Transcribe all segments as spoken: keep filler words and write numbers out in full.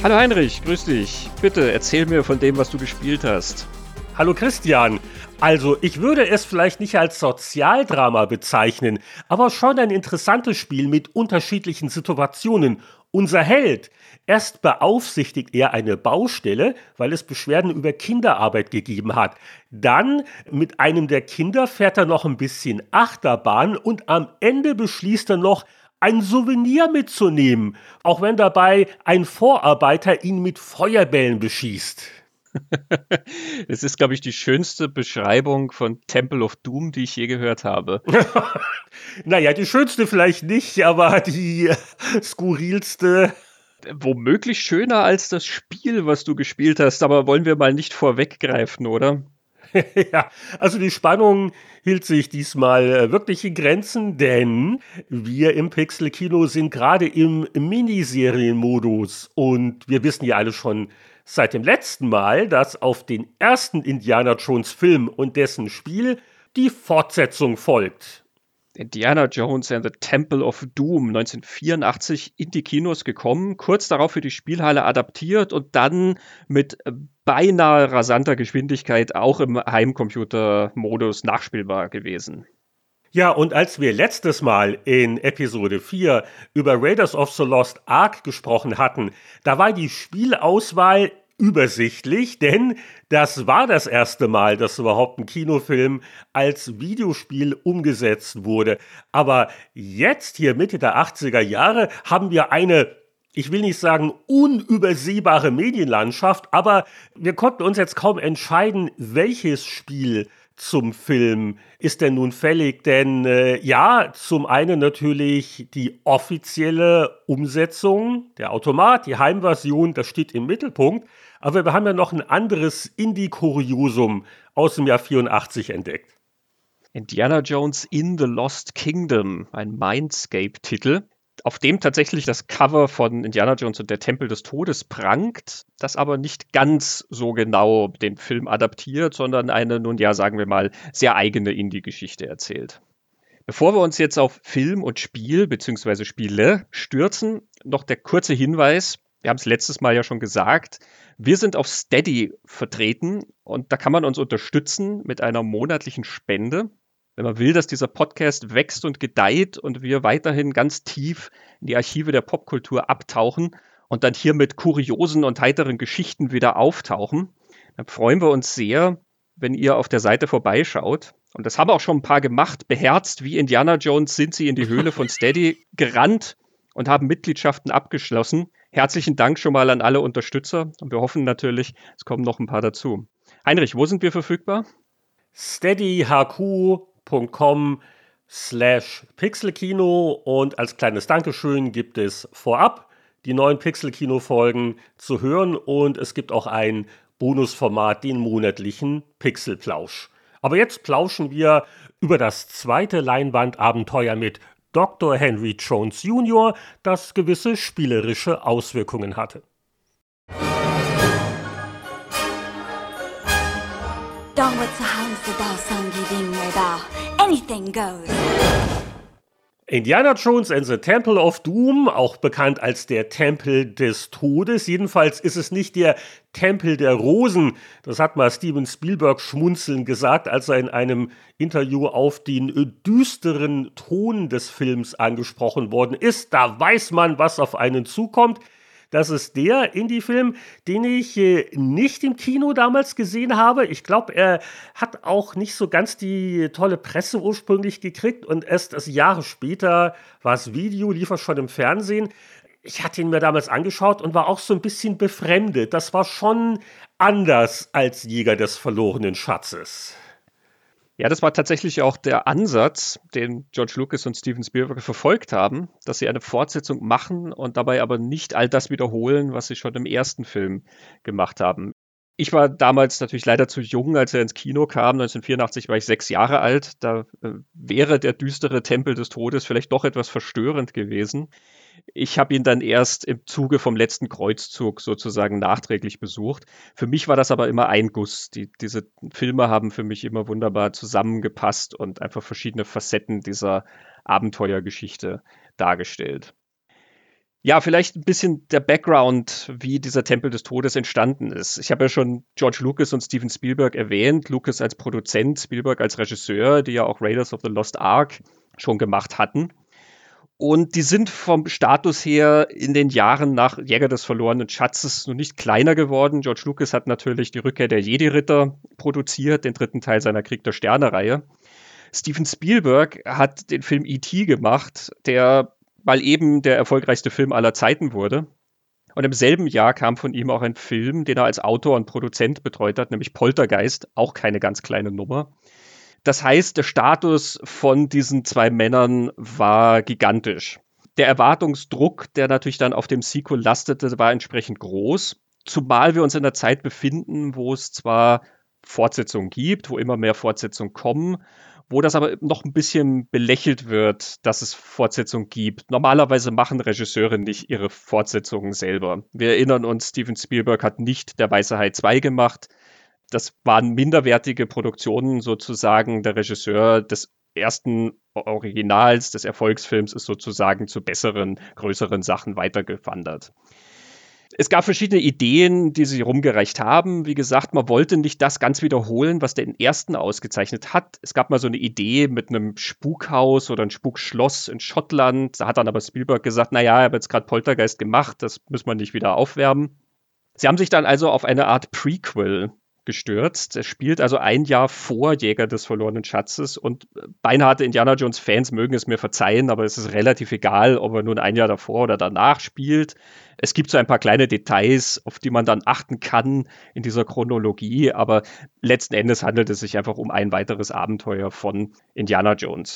Hallo Heinrich, grüß dich. Bitte erzähl mir von dem, was du gespielt hast. Hallo Christian. Also, ich würde es vielleicht nicht als Sozialdrama bezeichnen, aber schon ein interessantes Spiel mit unterschiedlichen Situationen. Unser Held. Erst beaufsichtigt er eine Baustelle, weil es Beschwerden über Kinderarbeit gegeben hat. Dann mit einem der Kinder fährt er noch ein bisschen Achterbahn und am Ende beschließt er noch, ein Souvenir mitzunehmen, auch wenn dabei ein Vorarbeiter ihn mit Feuerbällen beschießt. Es ist, glaube ich, die schönste Beschreibung von Temple of Doom, die ich je gehört habe. Naja, die schönste vielleicht nicht, aber die äh, skurrilste. Womöglich schöner als das Spiel, was du gespielt hast, aber wollen wir mal nicht vorweggreifen, oder? Ja, also die Spannung hielt sich diesmal äh, wirklich in Grenzen, denn wir im Pixel-Kino sind gerade im Miniserienmodus und wir wissen ja alle schon seit dem letzten Mal, dass auf den ersten Indiana Jones Film und dessen Spiel die Fortsetzung folgt. Indiana Jones and the Temple of Doom, neunzehnhundertvierundachtzig in die Kinos gekommen, kurz darauf für die Spielhalle adaptiert und dann mit beinahe rasanter Geschwindigkeit auch im Heimcomputer-Modus nachspielbar gewesen. Ja, und als wir letztes Mal in Episode vier über Raiders of the Lost Ark gesprochen hatten, da war die Spielauswahl übersichtlich, denn das war das erste Mal, dass überhaupt ein Kinofilm als Videospiel umgesetzt wurde. Aber jetzt, hier Mitte der achtziger Jahre, haben wir eine, ich will nicht sagen unübersehbare Medienlandschaft, aber wir konnten uns jetzt kaum entscheiden, welches Spiel zum Film ist denn nun fällig? Denn äh, ja, zum einen natürlich die offizielle Umsetzung, der Automat, die Heimversion, das steht im Mittelpunkt. Aber wir haben ja noch ein anderes Indie-Kuriosum aus dem Jahr vierundachtzig entdeckt. Indiana Jones in the Lost Kingdom, ein Mindscape-Titel, auf dem tatsächlich das Cover von Indiana Jones und der Tempel des Todes prangt, das aber nicht ganz so genau den Film adaptiert, sondern eine, nun ja, sagen wir mal, sehr eigene Indie-Geschichte erzählt. Bevor wir uns jetzt auf Film und Spiel bzw. Spiele stürzen, noch der kurze Hinweis, wir haben es letztes Mal ja schon gesagt, wir sind auf Steady vertreten und da kann man uns unterstützen mit einer monatlichen Spende. Wenn man will, dass dieser Podcast wächst und gedeiht und wir weiterhin ganz tief in die Archive der Popkultur abtauchen und dann hier mit kuriosen und heiteren Geschichten wieder auftauchen, dann freuen wir uns sehr, wenn ihr auf der Seite vorbeischaut. Und das haben auch schon ein paar gemacht. Beherzt wie Indiana Jones sind sie in die Höhle von Steady gerannt und haben Mitgliedschaften abgeschlossen. Herzlichen Dank schon mal an alle Unterstützer und wir hoffen natürlich, es kommen noch ein paar dazu. Heinrich, wo sind wir verfügbar? steadyhq punkt com slash pixelkino und als kleines Dankeschön gibt es vorab die neuen Pixelkino-Folgen zu hören und es gibt auch ein Bonusformat, den monatlichen Pixelplausch. Aber jetzt plauschen wir über das zweite Leinwandabenteuer mit Doktor Henry Jones Junior, das gewisse spielerische Auswirkungen hatte. Anything goes. Indiana Jones and the Temple of Doom, auch bekannt als der Tempel des Todes. Jedenfalls ist es nicht der Tempel der Rosen. Das hat mal Steven Spielberg schmunzelnd gesagt, als er in einem Interview auf den düsteren Ton des Films angesprochen worden ist. Da weiß man, was auf einen zukommt. Das ist der Indie-Film, den ich äh, nicht im Kino damals gesehen habe. Ich glaube, er hat auch nicht so ganz die tolle Presse ursprünglich gekriegt und erst das Jahre später war das Video, lief er schon im Fernsehen. Ich hatte ihn mir damals angeschaut und war auch so ein bisschen befremdet. Das war schon anders als Jäger des verlorenen Schatzes. Ja, das war tatsächlich auch der Ansatz, den George Lucas und Steven Spielberg verfolgt haben, dass sie eine Fortsetzung machen und dabei aber nicht all das wiederholen, was sie schon im ersten Film gemacht haben. Ich war damals natürlich leider zu jung, als er ins Kino kam. neunzehnhundertvierundachtzig war ich sechs Jahre alt. Da äh, wäre der düstere Tempel des Todes vielleicht doch etwas verstörend gewesen. Ich habe ihn dann erst im Zuge vom letzten Kreuzzug sozusagen nachträglich besucht. Für mich war das aber immer ein Guss. Die, diese Filme haben für mich immer wunderbar zusammengepasst und einfach verschiedene Facetten dieser Abenteuergeschichte dargestellt. Ja, vielleicht ein bisschen der Background, wie dieser Tempel des Todes entstanden ist. Ich habe ja schon George Lucas und Steven Spielberg erwähnt. Lucas als Produzent, Spielberg als Regisseur, die ja auch Raiders of the Lost Ark schon gemacht hatten. Und die sind vom Status her in den Jahren nach Jäger des verlorenen Schatzes noch nicht kleiner geworden. George Lucas hat natürlich die Rückkehr der Jedi-Ritter produziert, den dritten Teil seiner Krieg der Sterne-Reihe. Steven Spielberg hat den Film E T gemacht, der mal eben der erfolgreichste Film aller Zeiten wurde. Und im selben Jahr kam von ihm auch ein Film, den er als Autor und Produzent betreut hat, nämlich Poltergeist, auch keine ganz kleine Nummer. Das heißt, der Status von diesen zwei Männern war gigantisch. Der Erwartungsdruck, der natürlich dann auf dem Sequel lastete, war entsprechend groß. Zumal wir uns in einer Zeit befinden, wo es zwar Fortsetzungen gibt, wo immer mehr Fortsetzungen kommen, wo das aber noch ein bisschen belächelt wird, dass es Fortsetzungen gibt. Normalerweise machen Regisseure nicht ihre Fortsetzungen selber. Wir erinnern uns, Steven Spielberg hat nicht Der Weiße Hai zwei gemacht. Das waren minderwertige Produktionen sozusagen. Der Regisseur des ersten Originals, des Erfolgsfilms, ist sozusagen zu besseren, größeren Sachen weitergewandert. Es gab verschiedene Ideen, die sie rumgereicht haben. Wie gesagt, man wollte nicht das ganz wiederholen, was den ersten ausgezeichnet hat. Es gab mal so eine Idee mit einem Spukhaus oder ein Spukschloss in Schottland. Da hat dann aber Spielberg gesagt, naja, er hat jetzt gerade Poltergeist gemacht, das muss man nicht wieder aufwärmen. Sie haben sich dann also auf eine Art Prequel gestürzt. Es spielt also ein Jahr vor Jäger des verlorenen Schatzes und beinharte Indiana Jones Fans mögen es mir verzeihen, aber es ist relativ egal, ob er nun ein Jahr davor oder danach spielt. Es gibt so ein paar kleine Details, auf die man dann achten kann in dieser Chronologie, aber letzten Endes handelt es sich einfach um ein weiteres Abenteuer von Indiana Jones.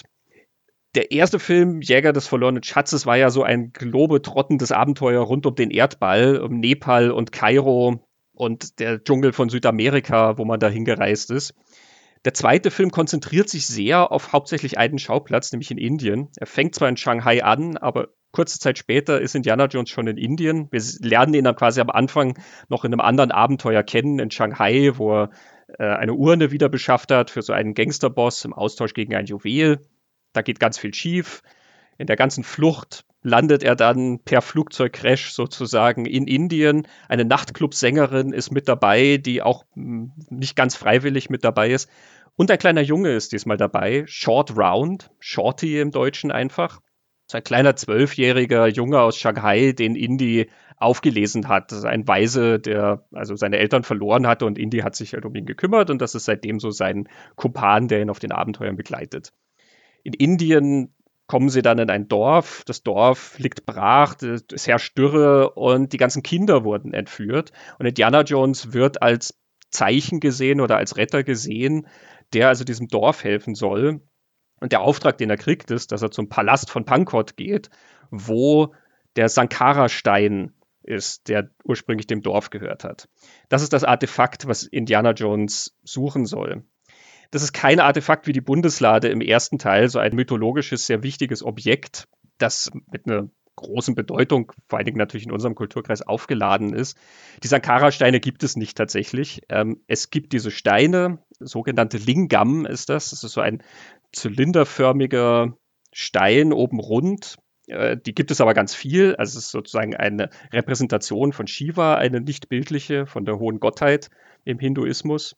Der erste Film, Jäger des verlorenen Schatzes, war ja so ein globetrottendes Abenteuer rund um den Erdball, um Nepal und Kairo und der Dschungel von Südamerika, wo man da hingereist ist. Der zweite Film konzentriert sich sehr auf hauptsächlich einen Schauplatz, nämlich in Indien. Er fängt zwar in Shanghai an, aber kurze Zeit später ist Indiana Jones schon in Indien. Wir lernen ihn dann quasi am Anfang noch in einem anderen Abenteuer kennen, in Shanghai, wo er äh, eine Urne wieder beschafft hat für so einen Gangsterboss im Austausch gegen ein Juwel. Da geht ganz viel schief. In der ganzen Flucht landet er dann per Flugzeugcrash sozusagen in Indien. Eine Nachtclub-Sängerin ist mit dabei, die auch mh, nicht ganz freiwillig mit dabei ist. Und ein kleiner Junge ist diesmal dabei, Short Round, Shorty im Deutschen einfach. So ein kleiner zwölfjähriger Junge aus Shanghai, den Indy aufgelesen hat. Das ist ein Waise, der also seine Eltern verloren hatte und Indy hat sich halt um ihn gekümmert und das ist seitdem so sein Kumpan, der ihn auf den Abenteuern begleitet. In Indien kommen sie dann in ein Dorf. Das Dorf liegt brach, es herrscht Dürre und die ganzen Kinder wurden entführt. Und Indiana Jones wird als Zeichen gesehen oder als Retter gesehen, der also diesem Dorf helfen soll. Und der Auftrag, den er kriegt, ist, dass er zum Palast von Pankot geht, wo der Sankara-Stein ist, der ursprünglich dem Dorf gehört hat. Das ist das Artefakt, was Indiana Jones suchen soll. Das ist kein Artefakt wie die Bundeslade im ersten Teil, so ein mythologisches, sehr wichtiges Objekt, das mit einer großen Bedeutung, vor allen Dingen natürlich in unserem Kulturkreis, aufgeladen ist. Die Sankara-Steine gibt es nicht tatsächlich. Ähm, es gibt diese Steine, sogenannte Lingam ist das. Das ist so ein zylinderförmiger Stein, oben rund. Äh, die gibt es aber ganz viel. Also es ist sozusagen eine Repräsentation von Shiva, eine nicht bildliche, von der hohen Gottheit im Hinduismus.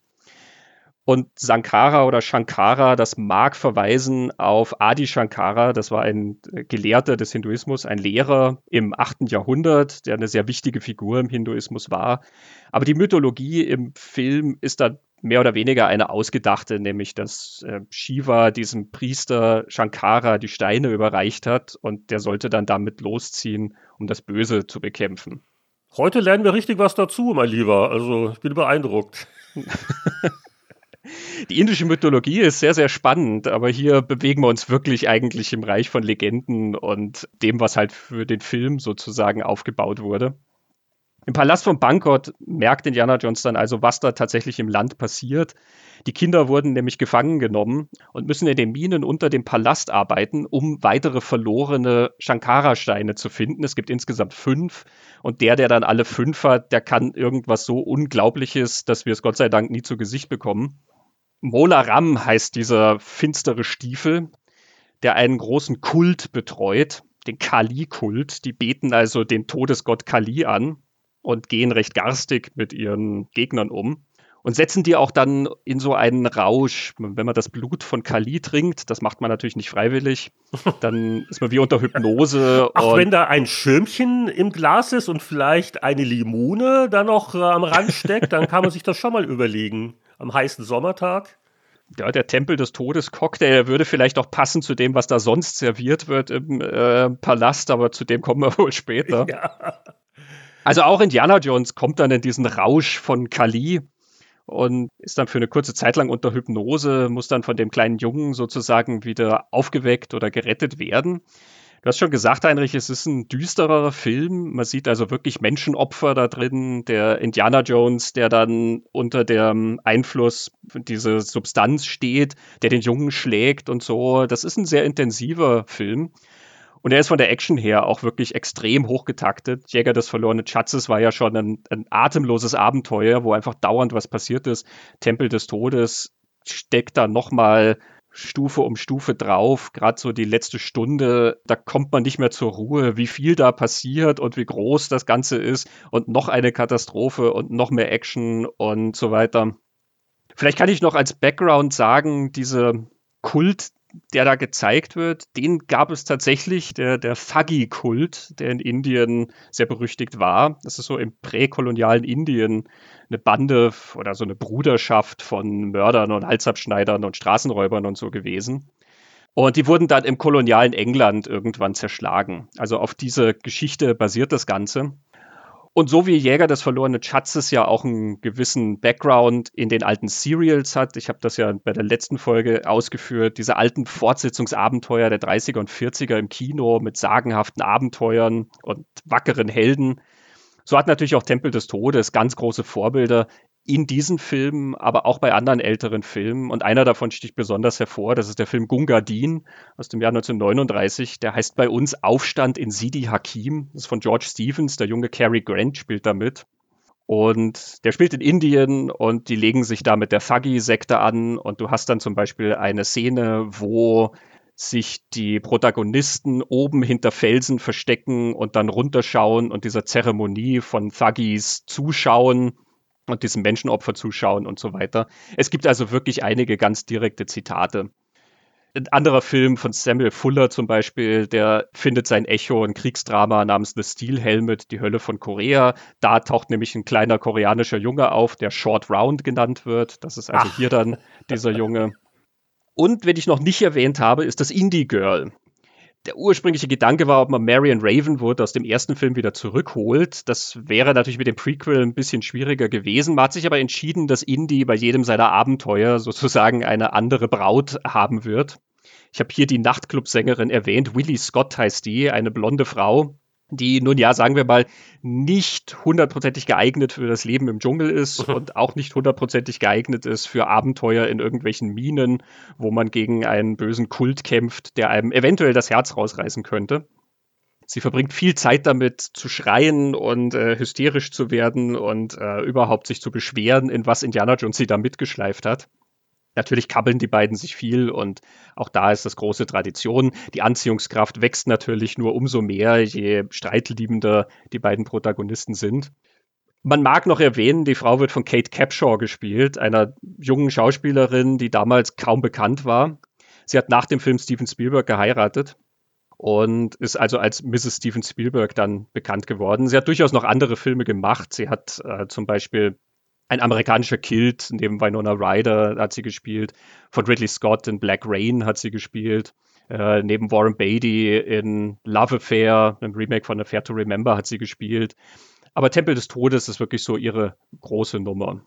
Und Sankara oder Shankara, das mag verweisen auf Adi Shankara, das war ein Gelehrter des Hinduismus, ein Lehrer im achten Jahrhundert, der eine sehr wichtige Figur im Hinduismus war. Aber die Mythologie im Film ist dann mehr oder weniger eine ausgedachte, nämlich dass äh, Shiva diesem Priester Shankara die Steine überreicht hat und der sollte dann damit losziehen, um das Böse zu bekämpfen. Heute lernen wir richtig was dazu, mein Lieber. Also ich bin beeindruckt. Die indische Mythologie ist sehr, sehr spannend, aber hier bewegen wir uns wirklich eigentlich im Reich von Legenden und dem, was halt für den Film sozusagen aufgebaut wurde. Im Palast von Pankot merkt Indiana Jones dann also, was da tatsächlich im Land passiert. Die Kinder wurden nämlich gefangen genommen und müssen in den Minen unter dem Palast arbeiten, um weitere verlorene Shankara-Steine zu finden. Es gibt insgesamt fünf und der, der dann alle fünf hat, der kann irgendwas so Unglaubliches, dass wir es Gott sei Dank nie zu Gesicht bekommen. Mola Ram heißt dieser finstere Stiefel, der einen großen Kult betreut. den Kali-Kult. Die beten also den Todesgott Kali an und gehen recht garstig mit ihren Gegnern um. Und setzen die auch dann in so einen Rausch. Wenn man das Blut von Kali trinkt, das macht man natürlich nicht freiwillig, dann ist man wie unter Hypnose. Ach, wenn da ein Schirmchen im Glas ist und vielleicht eine Limone da noch äh, am Rand steckt, dann kann man sich das schon mal überlegen. Am heißen Sommertag. Ja, der Tempel des Todes Cocktail würde vielleicht auch passen zu dem, was da sonst serviert wird im äh, Palast, aber zu dem kommen wir wohl später. Ja. Also auch Indiana Jones kommt dann in diesen Rausch von Kali und ist dann für eine kurze Zeit lang unter Hypnose, muss dann von dem kleinen Jungen sozusagen wieder aufgeweckt oder gerettet werden. Du hast schon gesagt, Heinrich, es ist ein düsterer Film. Man sieht also wirklich Menschenopfer da drin. Der Indiana Jones, der dann unter dem Einfluss dieser Substanz steht, der den Jungen schlägt und so. Das ist ein sehr intensiver Film. Und er ist von der Action her auch wirklich extrem hochgetaktet. Jäger des verlorenen Schatzes war ja schon ein, ein atemloses Abenteuer, wo einfach dauernd was passiert ist. Tempel des Todes steckt da nochmal Stufe um Stufe drauf. Gerade so die letzte Stunde, da kommt man nicht mehr zur Ruhe, wie viel da passiert und wie groß das Ganze ist. Und noch eine Katastrophe und noch mehr Action und so weiter. Vielleicht kann ich noch als Background sagen, diese Kult, der da gezeigt wird, den gab es tatsächlich, der, der Thuggy-Kult, der in Indien sehr berüchtigt war. Das ist so im präkolonialen Indien eine Bande oder so eine Bruderschaft von Mördern und Halsabschneidern und Straßenräubern und so gewesen. Und die wurden dann im kolonialen England irgendwann zerschlagen. Also auf diese Geschichte basiert das Ganze. Und so wie Jäger des verlorenen Schatzes ja auch einen gewissen Background in den alten Serials hat, ich habe das ja bei der letzten Folge ausgeführt, diese alten Fortsetzungsabenteuer der dreißiger und vierziger im Kino mit sagenhaften Abenteuern und wackeren Helden. So hat natürlich auch Tempel des Todes ganz große Vorbilder in diesen Filmen, aber auch bei anderen älteren Filmen. Und einer davon sticht besonders hervor, das ist der Film Gunga Din aus dem Jahr neunzehnhundertneununddreißig. Der heißt bei uns Aufstand in Sidi Hakim. Das ist von George Stevens, der junge Cary Grant spielt da mit. Und der spielt in Indien und die legen sich da mit der Thuggy-Sekte an. Und du hast dann zum Beispiel eine Szene, wo sich die Protagonisten oben hinter Felsen verstecken und dann runterschauen und dieser Zeremonie von Thuggys zuschauen und diesem Menschenopfer zuschauen und so weiter. Es gibt also wirklich einige ganz direkte Zitate. Ein anderer Film von Samuel Fuller zum Beispiel, der findet sein Echo, ein Kriegsdrama namens The Steel Helmet, die Hölle von Korea. Da taucht nämlich ein kleiner koreanischer Junge auf, der Short Round genannt wird. Das ist also Ach. hier dann dieser Junge. Und, wenn ich noch nicht erwähnt habe, ist das Indie Girl. Der ursprüngliche Gedanke war, ob man Marion Ravenwood aus dem ersten Film wieder zurückholt. Das wäre natürlich mit dem Prequel ein bisschen schwieriger gewesen. Man hat sich aber entschieden, dass Indy bei jedem seiner Abenteuer sozusagen eine andere Braut haben wird. Ich habe hier die Nachtclub-Sängerin erwähnt. Willie Scott heißt die, eine blonde Frau, die, nun ja, sagen wir mal, nicht hundertprozentig geeignet für das Leben im Dschungel ist und auch nicht hundertprozentig geeignet ist für Abenteuer in irgendwelchen Minen, wo man gegen einen bösen Kult kämpft, der einem eventuell das Herz rausreißen könnte. Sie verbringt viel Zeit damit, zu schreien und äh, hysterisch zu werden und äh, überhaupt sich zu beschweren, in was Indiana Jones sie da mitgeschleift hat. Natürlich kabbeln die beiden sich viel und auch da ist das große Tradition. Die Anziehungskraft wächst natürlich nur umso mehr, je streitliebender die beiden Protagonisten sind. Man mag noch erwähnen, die Frau wird von Kate Capshaw gespielt, einer jungen Schauspielerin, die damals kaum bekannt war. Sie hat nach dem Film Steven Spielberg geheiratet und ist also als Misses Steven Spielberg dann bekannt geworden. Sie hat durchaus noch andere Filme gemacht. Sie hat äh, zum Beispiel Ein amerikanischer Kilt, neben Winona Ryder hat sie gespielt. Von Ridley Scott in Black Rain hat sie gespielt. Äh, neben Warren Beatty in Love Affair, einem Remake von Affair to Remember, hat sie gespielt. Aber Tempel des Todes ist wirklich so ihre große Nummer.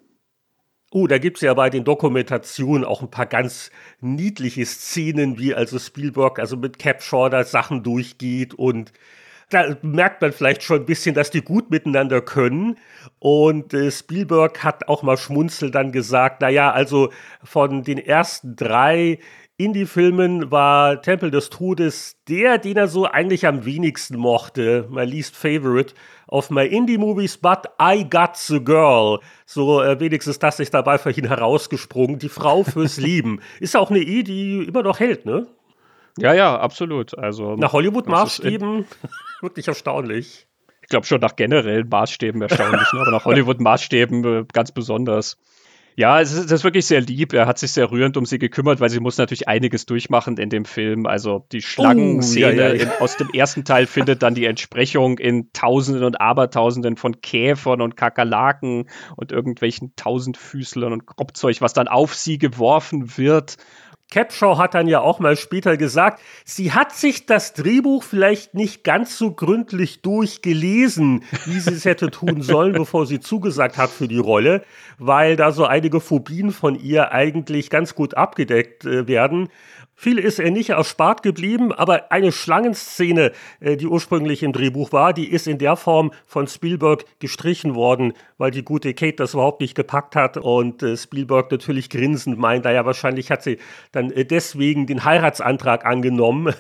Oh, da gibt es ja bei den Dokumentationen auch ein paar ganz niedliche Szenen, wie also Spielberg also mit Capshaw da Sachen durchgeht und da merkt man vielleicht schon ein bisschen, dass die gut miteinander können. Und äh, Spielberg hat auch mal schmunzelnd dann gesagt, naja, also von den ersten drei Indie-Filmen war Tempel des Todes der, den er so eigentlich am wenigsten mochte. My least favorite of my Indie-Movies, but I got the girl. So äh, wenigstens das ist dabei für ihn herausgesprungen. Die Frau fürs Leben. Ist auch eine Idee, die immer noch hält, ne? Ja, ja, absolut. Also, nach Hollywood-Maßstäben in, wirklich erstaunlich. Ich glaube schon nach generellen Maßstäben erstaunlich, ne? aber nach Hollywood-Maßstäben äh, ganz besonders. Ja, es ist, das ist wirklich sehr lieb. Er hat sich sehr rührend um sie gekümmert, weil sie muss natürlich einiges durchmachen in dem Film. Also die Schlangenszene oh, ja, ja, ja. in, aus dem ersten Teil findet dann die Entsprechung in Tausenden und Abertausenden von Käfern und Kakerlaken und irgendwelchen Tausendfüßlern und Kropfzeug, was dann auf sie geworfen wird. Capshaw hat dann ja auch mal später gesagt, sie hat sich das Drehbuch vielleicht nicht ganz so gründlich durchgelesen, wie sie es hätte tun sollen, bevor sie zugesagt hat für die Rolle, weil da so einige Phobien von ihr eigentlich ganz gut abgedeckt äh, werden. Viel ist er nicht erspart geblieben, aber eine Schlangenszene, äh, die ursprünglich im Drehbuch war, die ist in der Form von Spielberg gestrichen worden, weil die gute Kate das überhaupt nicht gepackt hat und äh, Spielberg natürlich grinsend meint, naja, wahrscheinlich hat sie dann äh, deswegen den Heiratsantrag angenommen,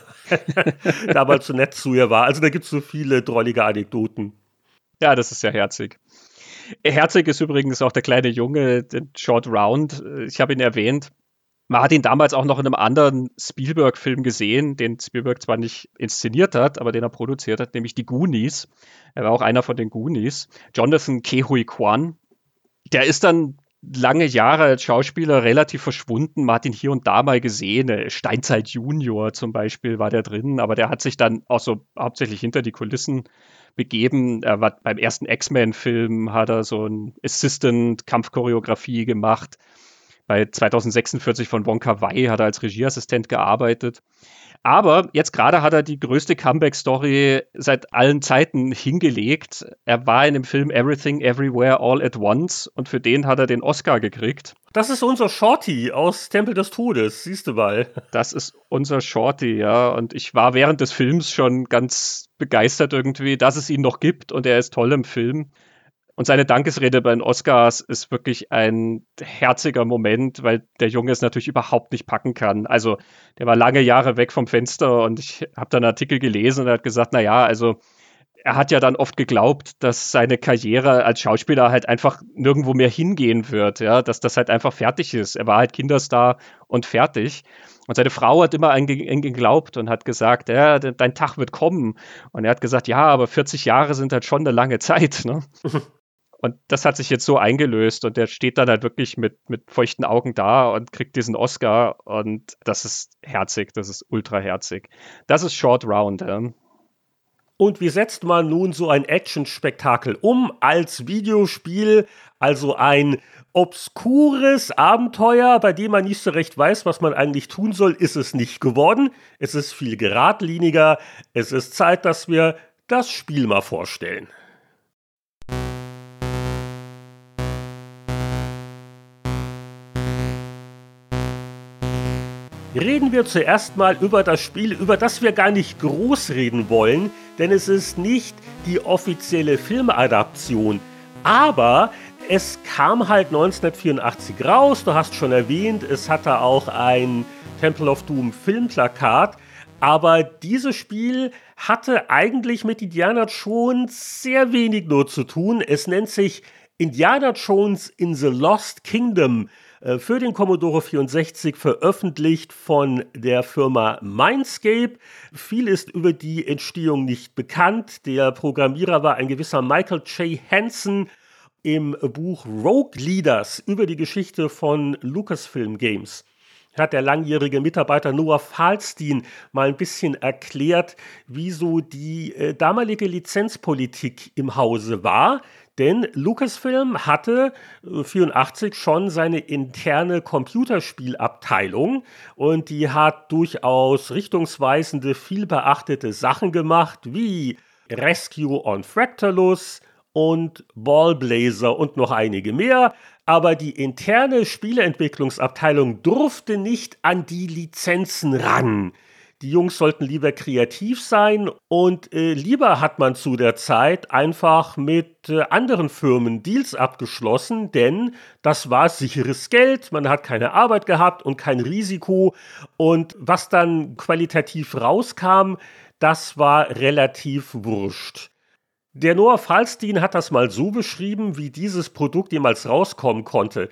da mal zu nett zu ihr war. Also da gibt es so viele drollige Anekdoten. Ja, das ist ja herzig. Herzig ist übrigens auch der kleine Junge, der Short Round. Ich habe ihn erwähnt. Man hat ihn damals auch noch in einem anderen Spielberg-Film gesehen, den Spielberg zwar nicht inszeniert hat, aber den er produziert hat, nämlich die Goonies. Er war auch einer von den Goonies. Jonathan Ke Huy Quan. Der ist dann lange Jahre als Schauspieler relativ verschwunden. Man hat ihn hier und da mal gesehen. Steinzeit Junior zum Beispiel war der drin, aber der hat sich dann auch so hauptsächlich hinter die Kulissen begeben. Er war beim ersten X-Men-Film, hat er so ein Assistant-Kampfchoreografie gemacht. Bei zweitausendsechsundvierzig von Wong Kar-wai hat er als Regieassistent gearbeitet. Aber jetzt gerade hat er die größte Comeback-Story seit allen Zeiten hingelegt. Er war in dem Film Everything, Everywhere, All at Once und für den hat er den Oscar gekriegt. Das ist unser Shorty aus Tempel des Todes, siehst du mal. Das ist unser Shorty, ja. Und ich war während des Films schon ganz begeistert irgendwie, dass es ihn noch gibt und er ist toll im Film. Und seine Dankesrede bei den Oscars ist wirklich ein herziger Moment, weil der Junge es natürlich überhaupt nicht packen kann. Also der war lange Jahre weg vom Fenster und ich habe da einen Artikel gelesen und er hat gesagt, na ja, also er hat ja dann oft geglaubt, dass seine Karriere als Schauspieler halt einfach nirgendwo mehr hingehen wird, ja, dass das halt einfach fertig ist. Er war halt Kinderstar und fertig. Und seine Frau hat immer an ihn geglaubt und hat gesagt, ja, dein Tag wird kommen. Und er hat gesagt, ja, aber vierzig Jahre sind halt schon eine lange Zeit, ne? Und das hat sich jetzt so eingelöst und der steht dann halt wirklich mit, mit feuchten Augen da und kriegt diesen Oscar und das ist herzig, das ist ultra herzig. Das ist Short Round, ja. Und wie setzt man nun so ein Action-Spektakel um als Videospiel, also ein obskures Abenteuer, bei dem man nicht so recht weiß, was man eigentlich tun soll, ist es nicht geworden. Es ist viel geradliniger. Es ist Zeit, dass wir das Spiel mal vorstellen. Reden wir zuerst mal über das Spiel, über das wir gar nicht groß reden wollen, denn es ist nicht die offizielle Filmadaption. Aber es kam halt neunzehnhundertvierundachtzig raus, du hast schon erwähnt, es hatte auch ein Temple of Doom Filmplakat. Aber dieses Spiel hatte eigentlich mit Indiana Jones sehr wenig nur zu tun. Es nennt sich Indiana Jones in the Lost Kingdom. Für den Commodore vierundsechzig veröffentlicht von der Firma Mindscape. Viel ist über die Entstehung nicht bekannt. Der Programmierer war ein gewisser Michael J. Hansen. Im Buch Rogue Leaders über die Geschichte von Lucasfilm Games hat der langjährige Mitarbeiter Noah Falstein mal ein bisschen erklärt, wieso die äh, damalige Lizenzpolitik im Hause war. Denn Lucasfilm hatte vierundachtzig schon seine interne Computerspielabteilung und die hat durchaus richtungsweisende, vielbeachtete Sachen gemacht, wie Rescue on Fractalus und Ballblazer und noch einige mehr. Aber die interne Spieleentwicklungsabteilung durfte nicht an die Lizenzen ran. Die Jungs sollten lieber kreativ sein und äh, lieber hat man zu der Zeit einfach mit äh, anderen Firmen Deals abgeschlossen, denn das war sicheres Geld, man hat keine Arbeit gehabt und kein Risiko und was dann qualitativ rauskam, das war relativ wurscht. Der Noah Falstein hat das mal so beschrieben, wie dieses Produkt jemals rauskommen konnte.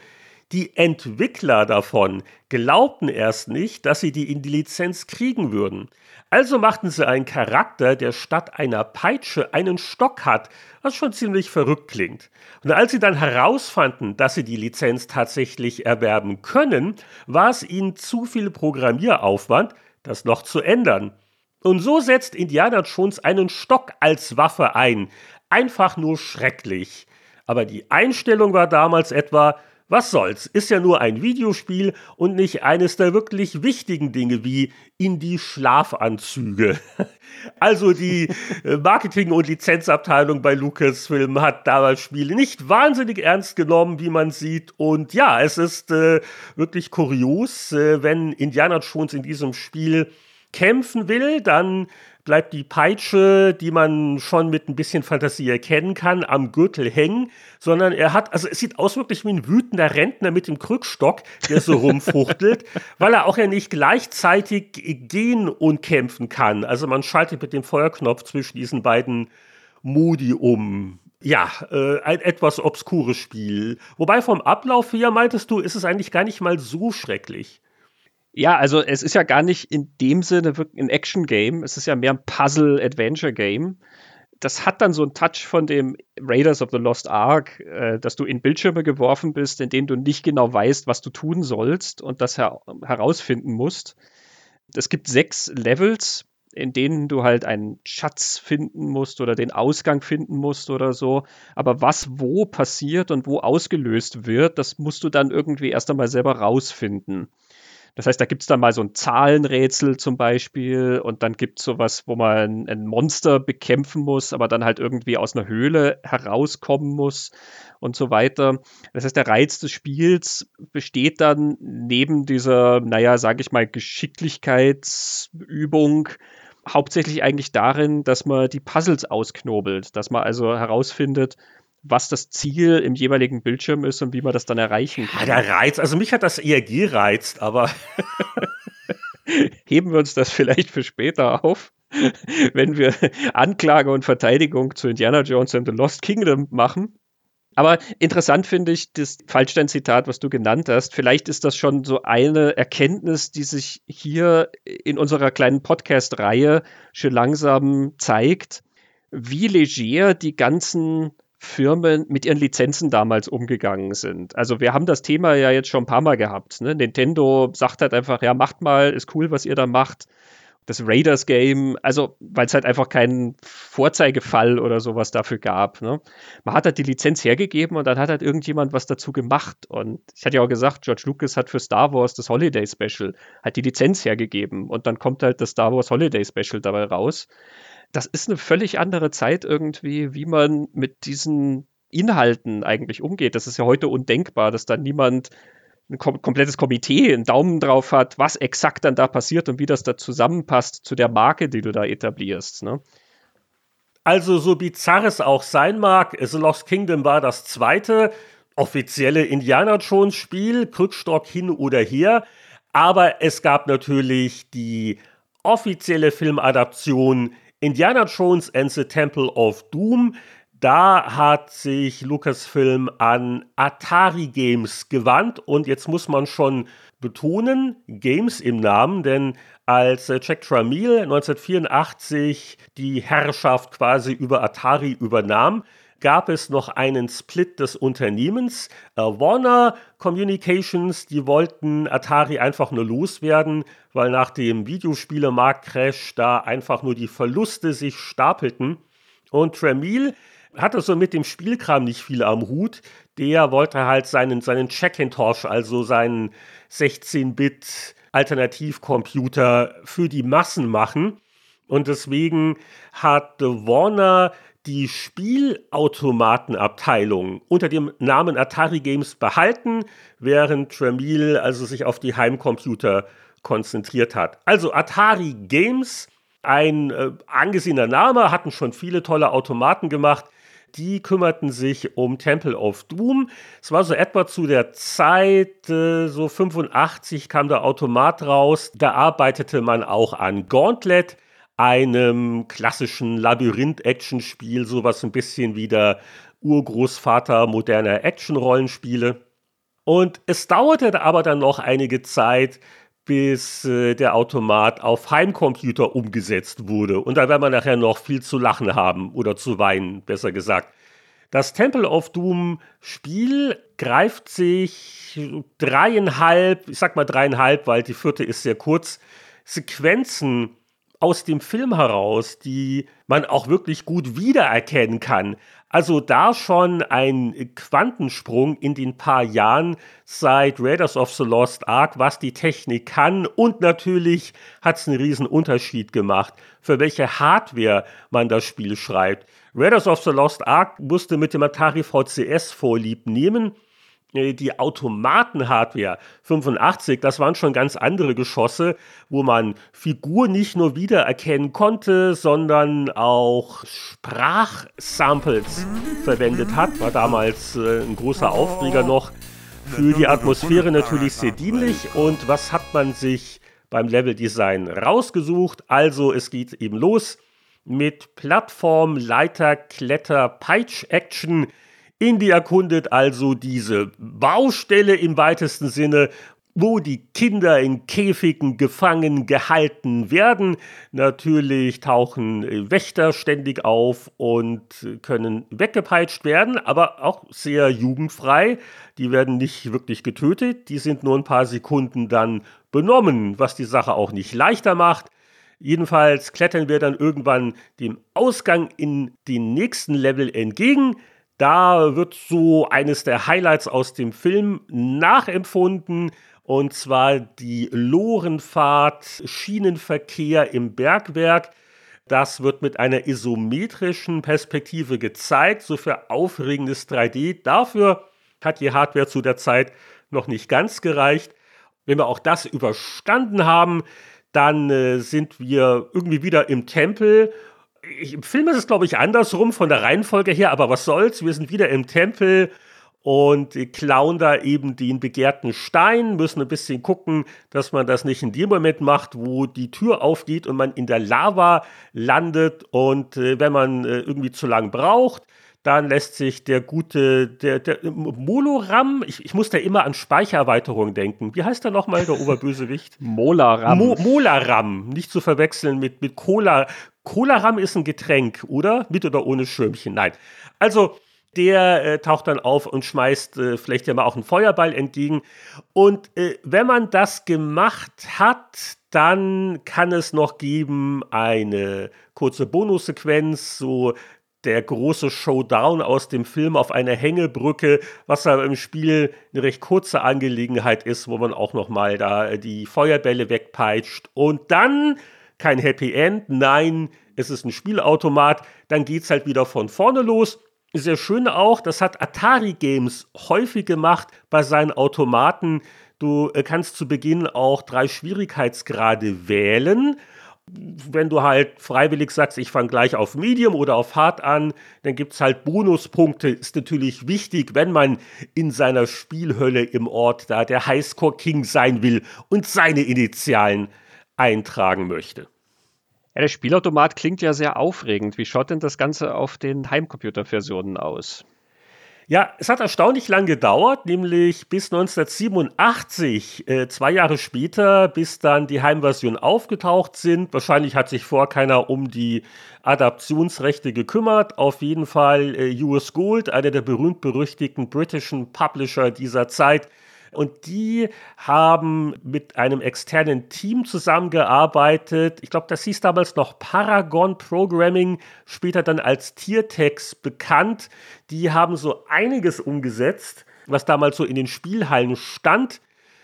Die Entwickler davon glaubten erst nicht, dass sie die in die Lizenz kriegen würden. Also machten sie einen Charakter, der statt einer Peitsche einen Stock hat, was schon ziemlich verrückt klingt. Und als sie dann herausfanden, dass sie die Lizenz tatsächlich erwerben können, war es ihnen zu viel Programmieraufwand, das noch zu ändern. Und so setzt Indiana Jones einen Stock als Waffe ein. Einfach nur schrecklich. Aber die Einstellung war damals etwa: Was soll's, ist ja nur ein Videospiel und nicht eines der wirklich wichtigen Dinge wie in die Schlafanzüge. Also die Marketing- und Lizenzabteilung bei Lucasfilm hat damals Spiele nicht wahnsinnig ernst genommen, wie man sieht. Und ja, es ist äh, wirklich kurios, äh, wenn Indiana Jones in diesem Spiel kämpfen will, dann bleibt die Peitsche, die man schon mit ein bisschen Fantasie erkennen kann, am Gürtel hängen, sondern er hat, also es sieht aus wirklich wie ein wütender Rentner mit dem Krückstock, der so rumfuchtelt, weil er auch ja nicht gleichzeitig gehen und kämpfen kann. Also man schaltet mit dem Feuerknopf zwischen diesen beiden Modi um. Ja, äh, ein etwas obskures Spiel. Wobei vom Ablauf her, meintest du, ist es eigentlich gar nicht mal so schrecklich. Ja, also es ist ja gar nicht in dem Sinne wirklich ein Action-Game. Es ist ja mehr ein Puzzle-Adventure-Game. Das hat dann so einen Touch von dem Raiders of the Lost Ark, äh, dass du in Bildschirme geworfen bist, in denen du nicht genau weißt, was du tun sollst und das her- herausfinden musst. Es gibt sechs Levels, in denen du halt einen Schatz finden musst oder den Ausgang finden musst oder so. Aber was wo passiert und wo ausgelöst wird, das musst du dann irgendwie erst einmal selber rausfinden. Das heißt, da gibt es dann mal so ein Zahlenrätsel zum Beispiel und dann gibt es sowas, wo man ein Monster bekämpfen muss, aber dann halt irgendwie aus einer Höhle herauskommen muss und so weiter. Das heißt, der Reiz des Spiels besteht dann neben dieser, naja, sage ich mal, Geschicklichkeitsübung hauptsächlich eigentlich darin, dass man die Puzzles ausknobelt, dass man also herausfindet, was das Ziel im jeweiligen Bildschirm ist und wie man das dann erreichen kann. Ja, der Reiz, also mich hat das eher gereizt, aber Heben wir uns das vielleicht für später auf, wenn wir Anklage und Verteidigung zu Indiana Jones and the Lost Kingdom machen. Aber interessant finde ich das Fallstein-Zitat, was du genannt hast. Vielleicht ist das schon so eine Erkenntnis, die sich hier in unserer kleinen Podcast-Reihe schon langsam zeigt, wie leger die ganzen Firmen mit ihren Lizenzen damals umgegangen sind. Also wir haben das Thema ja jetzt schon ein paar Mal gehabt. Ne? Nintendo sagt halt einfach, ja, macht mal, ist cool, was ihr da macht. Das Raiders-Game, also weil es halt einfach keinen Vorzeigefall oder sowas dafür gab. Ne? Man hat halt die Lizenz hergegeben und dann hat halt irgendjemand was dazu gemacht. Und ich hatte ja auch gesagt, George Lucas hat für Star Wars das Holiday Special halt die Lizenz hergegeben und dann kommt halt das Star Wars Holiday Special dabei raus. Das ist eine völlig andere Zeit irgendwie, wie man mit diesen Inhalten eigentlich umgeht. Das ist ja heute undenkbar, dass da niemand ein kom- komplettes Komitee einen Daumen drauf hat, was exakt dann da passiert und wie das da zusammenpasst zu der Marke, die du da etablierst. Ne? also so bizarr es auch sein mag, The Lost Kingdom war das zweite offizielle Indiana Jones Spiel, Krückstock hin oder her, aber es gab natürlich die offizielle Filmadaption Indiana Jones and the Temple of Doom. Da hat sich Lucasfilm an Atari Games gewandt und jetzt muss man schon betonen, Games im Namen, denn als Jack Tramiel neunzehnhundertvierundachtzig die Herrschaft quasi über Atari übernahm, gab es noch einen Split des Unternehmens. Äh, Warner Communications, die wollten Atari einfach nur loswerden, weil nach dem Videospielemarktcrash da einfach nur die Verluste sich stapelten. Und Tramiel hatte so mit dem Spielkram nicht viel am Hut. Der wollte halt seinen, seinen Check-and-Tosh, also seinen sechzehn-Bit-Alternativcomputer für die Massen machen. Und deswegen hat Warner die Spielautomatenabteilung unter dem Namen Atari Games behalten, während Tramiel also sich auf die Heimcomputer konzentriert hat. Also Atari Games, ein äh, angesehener Name, hatten schon viele tolle Automaten gemacht. Die kümmerten sich um Temple of Doom. Es war so etwa zu der Zeit, äh, so fünfundachtzig kam der Automat raus. Da arbeitete man auch an Gauntlet, einem klassischen Labyrinth-Action-Spiel, sowas ein bisschen wie der Urgroßvater moderner Action-Rollenspiele. Und es dauerte aber dann noch einige Zeit, bis äh, der Automat auf Heimcomputer umgesetzt wurde. Und da werden wir nachher noch viel zu lachen haben oder zu weinen, besser gesagt. Das Temple of Doom Spiel greift sich dreieinhalb, ich sag mal dreieinhalb, weil die vierte ist sehr kurz, Sequenzen aus dem Film heraus, die man auch wirklich gut wiedererkennen kann. Also da schon ein Quantensprung in den paar Jahren seit Raiders of the Lost Ark, was die Technik kann. Und natürlich hat es einen riesen Unterschied gemacht, für welche Hardware man das Spiel schreibt. Raiders of the Lost Ark musste mit dem Atari V C S Vorlieb nehmen. Die Automaten-Hardware fünfundachtzig, das waren schon ganz andere Geschosse, wo man Figuren nicht nur wiedererkennen konnte, sondern auch Sprachsamples verwendet hat. War damals äh, ein großer Aufreger noch. Für die Atmosphäre natürlich sehr dienlich. Und was hat man sich beim Leveldesign rausgesucht? Also es geht eben los mit Plattform, Leiter, Kletter, Peitsch-Action. Indy erkundet also diese Baustelle im weitesten Sinne, wo die Kinder in Käfigen gefangen gehalten werden. Natürlich tauchen Wächter ständig auf und können weggepeitscht werden, aber auch sehr jugendfrei. Die werden nicht wirklich getötet, die sind nur ein paar Sekunden dann benommen, was die Sache auch nicht leichter macht. Jedenfalls klettern wir dann irgendwann dem Ausgang in den nächsten Level entgegen. Da wird so eines der Highlights aus dem Film nachempfunden, und zwar die Lorenfahrt, Schienenverkehr im Bergwerk. Das wird mit einer isometrischen Perspektive gezeigt, so für aufregendes drei D. Dafür hat die Hardware zu der Zeit noch nicht ganz gereicht. Wenn wir auch das überstanden haben, dann äh, sind wir irgendwie wieder im Tempel. Ich, Im Film ist es, glaube ich, andersrum von der Reihenfolge her, aber was soll's, wir sind wieder im Tempel und klauen da eben den begehrten Stein, müssen ein bisschen gucken, dass man das nicht in dem Moment macht, wo die Tür aufgeht und man in der Lava landet, und äh, wenn man äh, irgendwie zu lang braucht, dann lässt sich der gute, der, der Moloram, ich, ich muss da immer an Speichererweiterung denken. Wie heißt der nochmal, der Oberbösewicht? Molaram. Mo, Molaram, nicht zu verwechseln mit, mit Cola. Colaram ist ein Getränk, oder? Mit oder ohne Schirmchen? Nein. Also, der äh, taucht dann auf und schmeißt äh, vielleicht ja mal auch einen Feuerball entgegen. Und äh, wenn man das gemacht hat, dann kann es noch geben eine kurze Bonussequenz, so der große Showdown aus dem Film auf einer Hängebrücke, was aber im Spiel eine recht kurze Angelegenheit ist, wo man auch noch mal da die Feuerbälle wegpeitscht. Und dann kein Happy End, nein, es ist ein Spielautomat, dann geht's halt wieder von vorne los. Sehr schön auch, das hat Atari Games häufig gemacht bei seinen Automaten. Du kannst zu Beginn auch drei Schwierigkeitsgrade wählen. Wenn du halt freiwillig sagst, ich fange gleich auf Medium oder auf Hard an, dann gibt es halt Bonuspunkte. Ist natürlich wichtig, wenn man in seiner Spielhölle im Ort da der Highscore King sein will und seine Initialen eintragen möchte. Ja, der Spielautomat klingt ja sehr aufregend. Wie schaut denn das Ganze auf den Heimcomputerversionen aus? Ja, es hat erstaunlich lang gedauert, nämlich bis neunzehnhundertsiebenundachtzig, äh, zwei Jahre später, bis dann die Heimversion aufgetaucht sind. Wahrscheinlich hat sich vorher keiner um die Adaptionsrechte gekümmert. Auf jeden Fall äh, U S Gold, einer der berühmt-berüchtigten britischen Publisher dieser Zeit. Und die haben mit einem externen Team zusammengearbeitet. Ich glaube, das hieß damals noch Paragon Programming, später dann als Tiertex bekannt. Die haben so einiges umgesetzt, was damals so in den Spielhallen stand.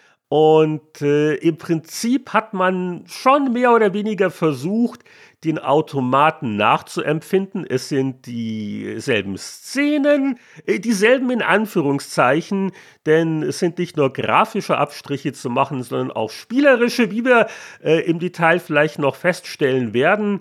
Und äh, im Prinzip hat man schon mehr oder weniger versucht, den Automaten nachzuempfinden. Es sind dieselben Szenen, äh, dieselben in Anführungszeichen, denn es sind nicht nur grafische Abstriche zu machen, sondern auch spielerische, wie wir äh, im Detail vielleicht noch feststellen werden.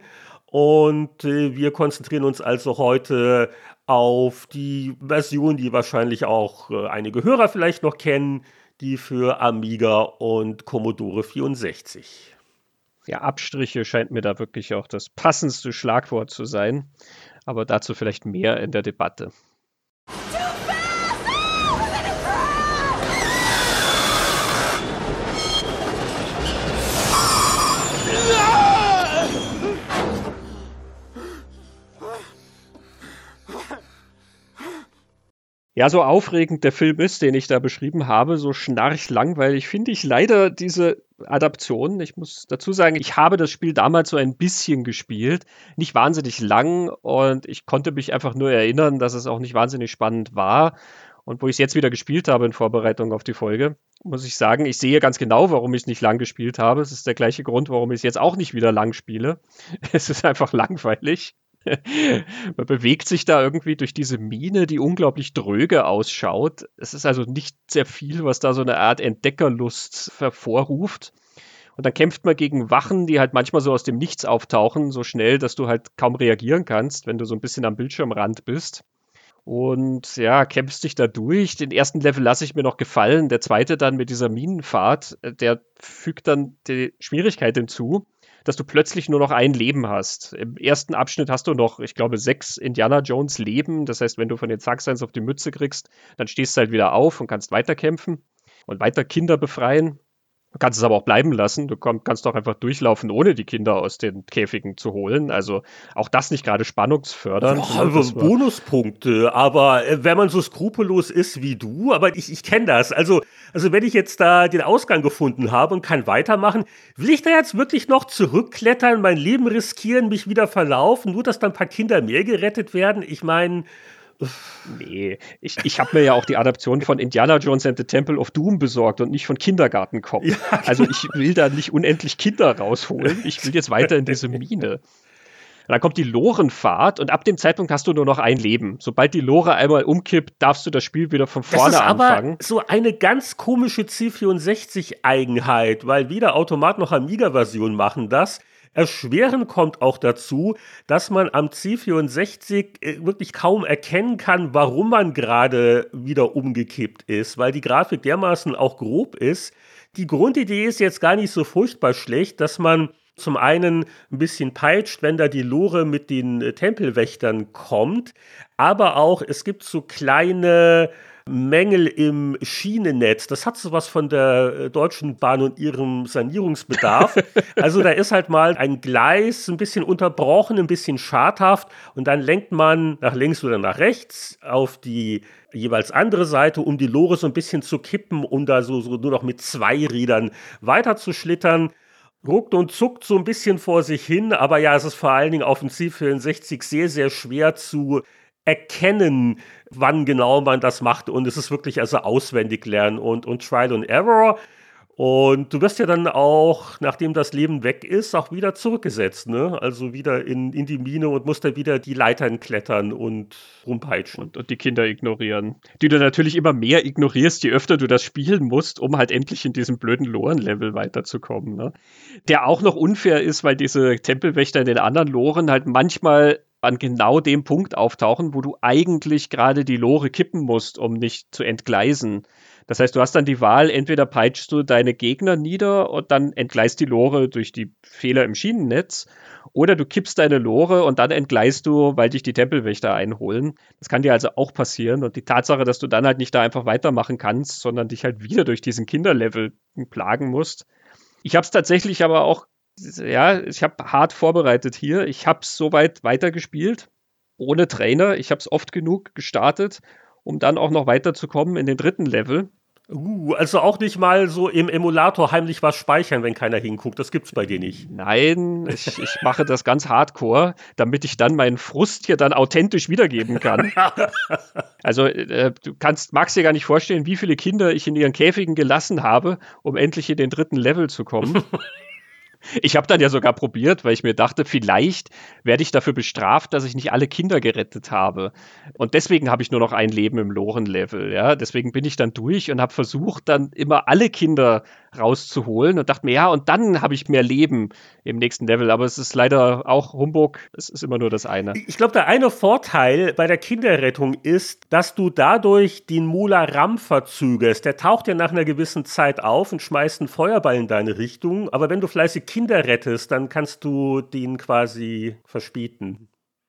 Und äh, wir konzentrieren uns also heute auf die Version, die wahrscheinlich auch äh, einige Hörer vielleicht noch kennen, die für Amiga und Commodore vierundsechzig. Ja, Abstriche scheint mir da wirklich auch das passendste Schlagwort zu sein, aber dazu vielleicht mehr in der Debatte. Ja, so aufregend der Film ist, den ich da beschrieben habe, so schnarchlangweilig finde ich leider diese Adaption. Ich muss dazu sagen, ich habe das Spiel damals so ein bisschen gespielt, nicht wahnsinnig lang und ich konnte mich einfach nur erinnern, dass es auch nicht wahnsinnig spannend war. Und wo ich es jetzt wieder gespielt habe in Vorbereitung auf die Folge, muss ich sagen, ich sehe ganz genau, warum ich es nicht lang gespielt habe. Es ist der gleiche Grund, warum ich es jetzt auch nicht wieder lang spiele. Es ist einfach langweilig. Man bewegt sich da irgendwie durch diese Mine, die unglaublich dröge ausschaut. Es ist also nicht sehr viel, was da so eine Art Entdeckerlust hervorruft. Und dann kämpft man gegen Wachen, die halt manchmal so aus dem Nichts auftauchen, so schnell, dass du halt kaum reagieren kannst, wenn du so ein bisschen am Bildschirmrand bist. Und ja, kämpfst dich da durch. Den ersten Level lasse ich mir noch gefallen. Der zweite dann mit dieser Minenfahrt, äh, der fügt dann die Schwierigkeit hinzu, dass du plötzlich nur noch ein Leben hast. Im ersten Abschnitt hast du noch, ich glaube, sechs Indiana Jones Leben. Das heißt, wenn du von den Zaxxons auf die Mütze kriegst, dann stehst du halt wieder auf und kannst weiterkämpfen und weiter Kinder befreien. Du kannst es aber auch bleiben lassen. Du komm, kannst doch einfach durchlaufen, ohne die Kinder aus den Käfigen zu holen. Also auch das nicht gerade spannungsfördernd. Ja, also Bonuspunkte, aber äh, wenn man so skrupellos ist wie du, aber ich, ich kenne das. Also, also wenn ich jetzt da den Ausgang gefunden habe und kann weitermachen, will ich da jetzt wirklich noch zurückklettern, mein Leben riskieren, mich wieder verlaufen, nur dass dann ein paar Kinder mehr gerettet werden? Ich meine... Nee, ich, ich habe mir ja auch die Adaption von Indiana Jones and the Temple of Doom besorgt und nicht von Kindergartenkopf. Ja. Also ich will da nicht unendlich Kinder rausholen. Ich will jetzt weiter in diese Mine. Und dann kommt die Lorenfahrt und ab dem Zeitpunkt hast du nur noch ein Leben. Sobald die Lore einmal umkippt, darfst du das Spiel wieder von vorne das ist anfangen. Aber so eine ganz komische C vierundsechzig-Eigenheit, weil weder Automat noch Amiga-Version machen das. Erschwerend kommt auch dazu, dass man am C vierundsechzig wirklich kaum erkennen kann, warum man gerade wieder umgekippt ist, weil die Grafik dermaßen auch grob ist. Die Grundidee ist jetzt gar nicht so furchtbar schlecht, dass man zum einen ein bisschen peitscht, wenn da die Lore mit den Tempelwächtern kommt, aber auch es gibt so kleine Mängel im Schienennetz. Das hat sowas von der Deutschen Bahn und ihrem Sanierungsbedarf. Also da ist halt mal ein Gleis ein bisschen unterbrochen, ein bisschen schadhaft und dann lenkt man nach links oder nach rechts auf die jeweils andere Seite, um die Lore so ein bisschen zu kippen, um da so, so nur noch mit zwei Rädern weiter zu schlittern. Ruckt und zuckt so ein bisschen vor sich hin, aber ja, es ist vor allen Dingen auf dem C vierundsechzig sehr, sehr schwer zu erkennen, wann genau man das macht. Und es ist wirklich also auswendig lernen und, und Trial and Error. Und du wirst ja dann auch, nachdem das Leben weg ist, auch wieder zurückgesetzt, ne? Also wieder in, in die Mine und musst dann wieder die Leitern klettern und rumpeitschen. Und, und die Kinder ignorieren. Die du natürlich immer mehr ignorierst, je öfter du das spielen musst, um halt endlich in diesem blöden Loren-Level weiterzukommen, ne? Der auch noch unfair ist, weil diese Tempelwächter in den anderen Loren halt manchmal an genau dem Punkt auftauchen, wo du eigentlich gerade die Lore kippen musst, um nicht zu entgleisen. Das heißt, du hast dann die Wahl, entweder peitschst du deine Gegner nieder und dann entgleist die Lore durch die Fehler im Schienennetz, oder du kippst deine Lore und dann entgleist du, weil dich die Tempelwächter einholen. Das kann dir also auch passieren. Und die Tatsache, dass du dann halt nicht da einfach weitermachen kannst, sondern dich halt wieder durch diesen Kinderlevel plagen musst. Ich habe es tatsächlich aber auch Ja, ich habe hart vorbereitet hier. Ich habe es soweit weitergespielt, ohne Trainer. Ich habe es oft genug gestartet, um dann auch noch weiterzukommen in den dritten Level. Uh, also auch nicht mal so im Emulator heimlich was speichern, wenn keiner hinguckt. Das gibt's bei dir nicht. Nein, ich, ich mache das ganz hardcore, damit ich dann meinen Frust hier dann authentisch wiedergeben kann. Also äh, du kannst, magst dir gar nicht vorstellen, wie viele Kinder ich in ihren Käfigen gelassen habe, um endlich in den dritten Level zu kommen. Ich habe dann ja sogar probiert, weil ich mir dachte, vielleicht werde ich dafür bestraft, dass ich nicht alle Kinder gerettet habe. Und deswegen habe ich nur noch ein Leben im Loren-Level. Ja? Deswegen bin ich dann durch und habe versucht, dann immer alle Kinder rauszuholen und dachte mir, ja, und dann habe ich mehr Leben im nächsten Level. Aber es ist leider auch Humbug. Es ist immer nur das eine. Ich glaube, der eine Vorteil bei der Kinderrettung ist, dass du dadurch den Mola Ram verzögerst. Der taucht ja nach einer gewissen Zeit auf und schmeißt einen Feuerball in deine Richtung. Aber wenn du fleißig Kinder rettest, dann kannst du den quasi verspäten.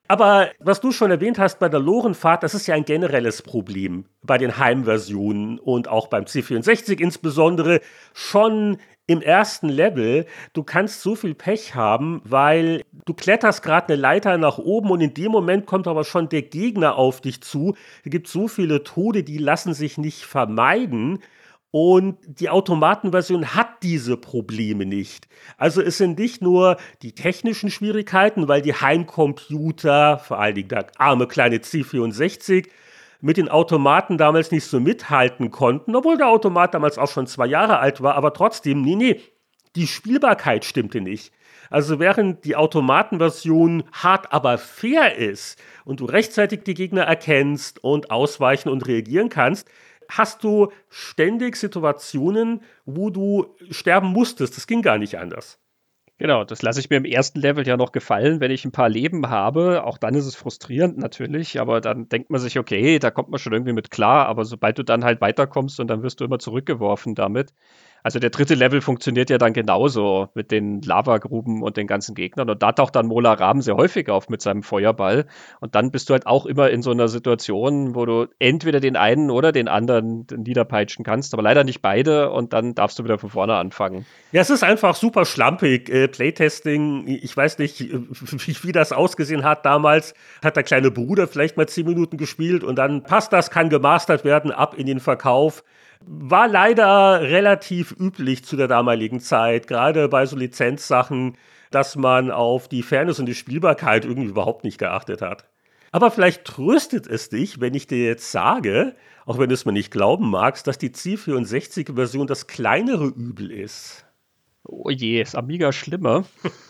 Aber was du schon erwähnt hast bei der Lorenfahrt, das ist ja ein generelles Problem bei den Heimversionen und auch beim C vierundsechzig insbesondere. Schon im ersten Level, du kannst so viel Pech haben, weil du kletterst gerade eine Leiter nach oben und in dem Moment kommt aber schon der Gegner auf dich zu. Es gibt so viele Tode, die lassen sich nicht vermeiden. Und die Automatenversion hat diese Probleme nicht. Also es sind nicht nur die technischen Schwierigkeiten, weil die Heimcomputer, vor allen Dingen der arme kleine C vierundsechzig, mit den Automaten damals nicht so mithalten konnten, obwohl der Automat damals auch schon zwei Jahre alt war, aber trotzdem, nee, nee, die Spielbarkeit stimmte nicht. Also während die Automatenversion hart, aber fair ist und du rechtzeitig die Gegner erkennst und ausweichen und reagieren kannst, hast du ständig Situationen, wo du sterben musstest. Das ging gar nicht anders. Genau, das lasse ich mir im ersten Level ja noch gefallen, wenn ich ein paar Leben habe. Auch dann ist es frustrierend natürlich, aber dann denkt man sich, okay, da kommt man schon irgendwie mit klar. Aber sobald du dann halt weiterkommst und dann wirst du immer zurückgeworfen damit. Also der dritte Level funktioniert ja dann genauso mit den Lavagruben und den ganzen Gegnern. Und da taucht dann Mola Ram sehr häufig auf mit seinem Feuerball. Und dann bist du halt auch immer in so einer Situation, wo du entweder den einen oder den anderen niederpeitschen kannst, aber leider nicht beide. Und dann darfst du wieder von vorne anfangen. Ja, es ist einfach super schlampig. Äh, Playtesting, ich weiß nicht, wie, wie das ausgesehen hat damals. Hat der kleine Bruder vielleicht mal zehn Minuten gespielt und dann passt das, kann gemastert werden, ab in den Verkauf. War leider relativ üblich zu der damaligen Zeit, gerade bei so Lizenzsachen, dass man auf die Fairness und die Spielbarkeit irgendwie überhaupt nicht geachtet hat. Aber vielleicht tröstet es dich, wenn ich dir jetzt sage, auch wenn du es mir nicht glauben magst, dass die C vierundsechzig-Version das kleinere Übel ist. Oh je, ist Amiga schlimmer?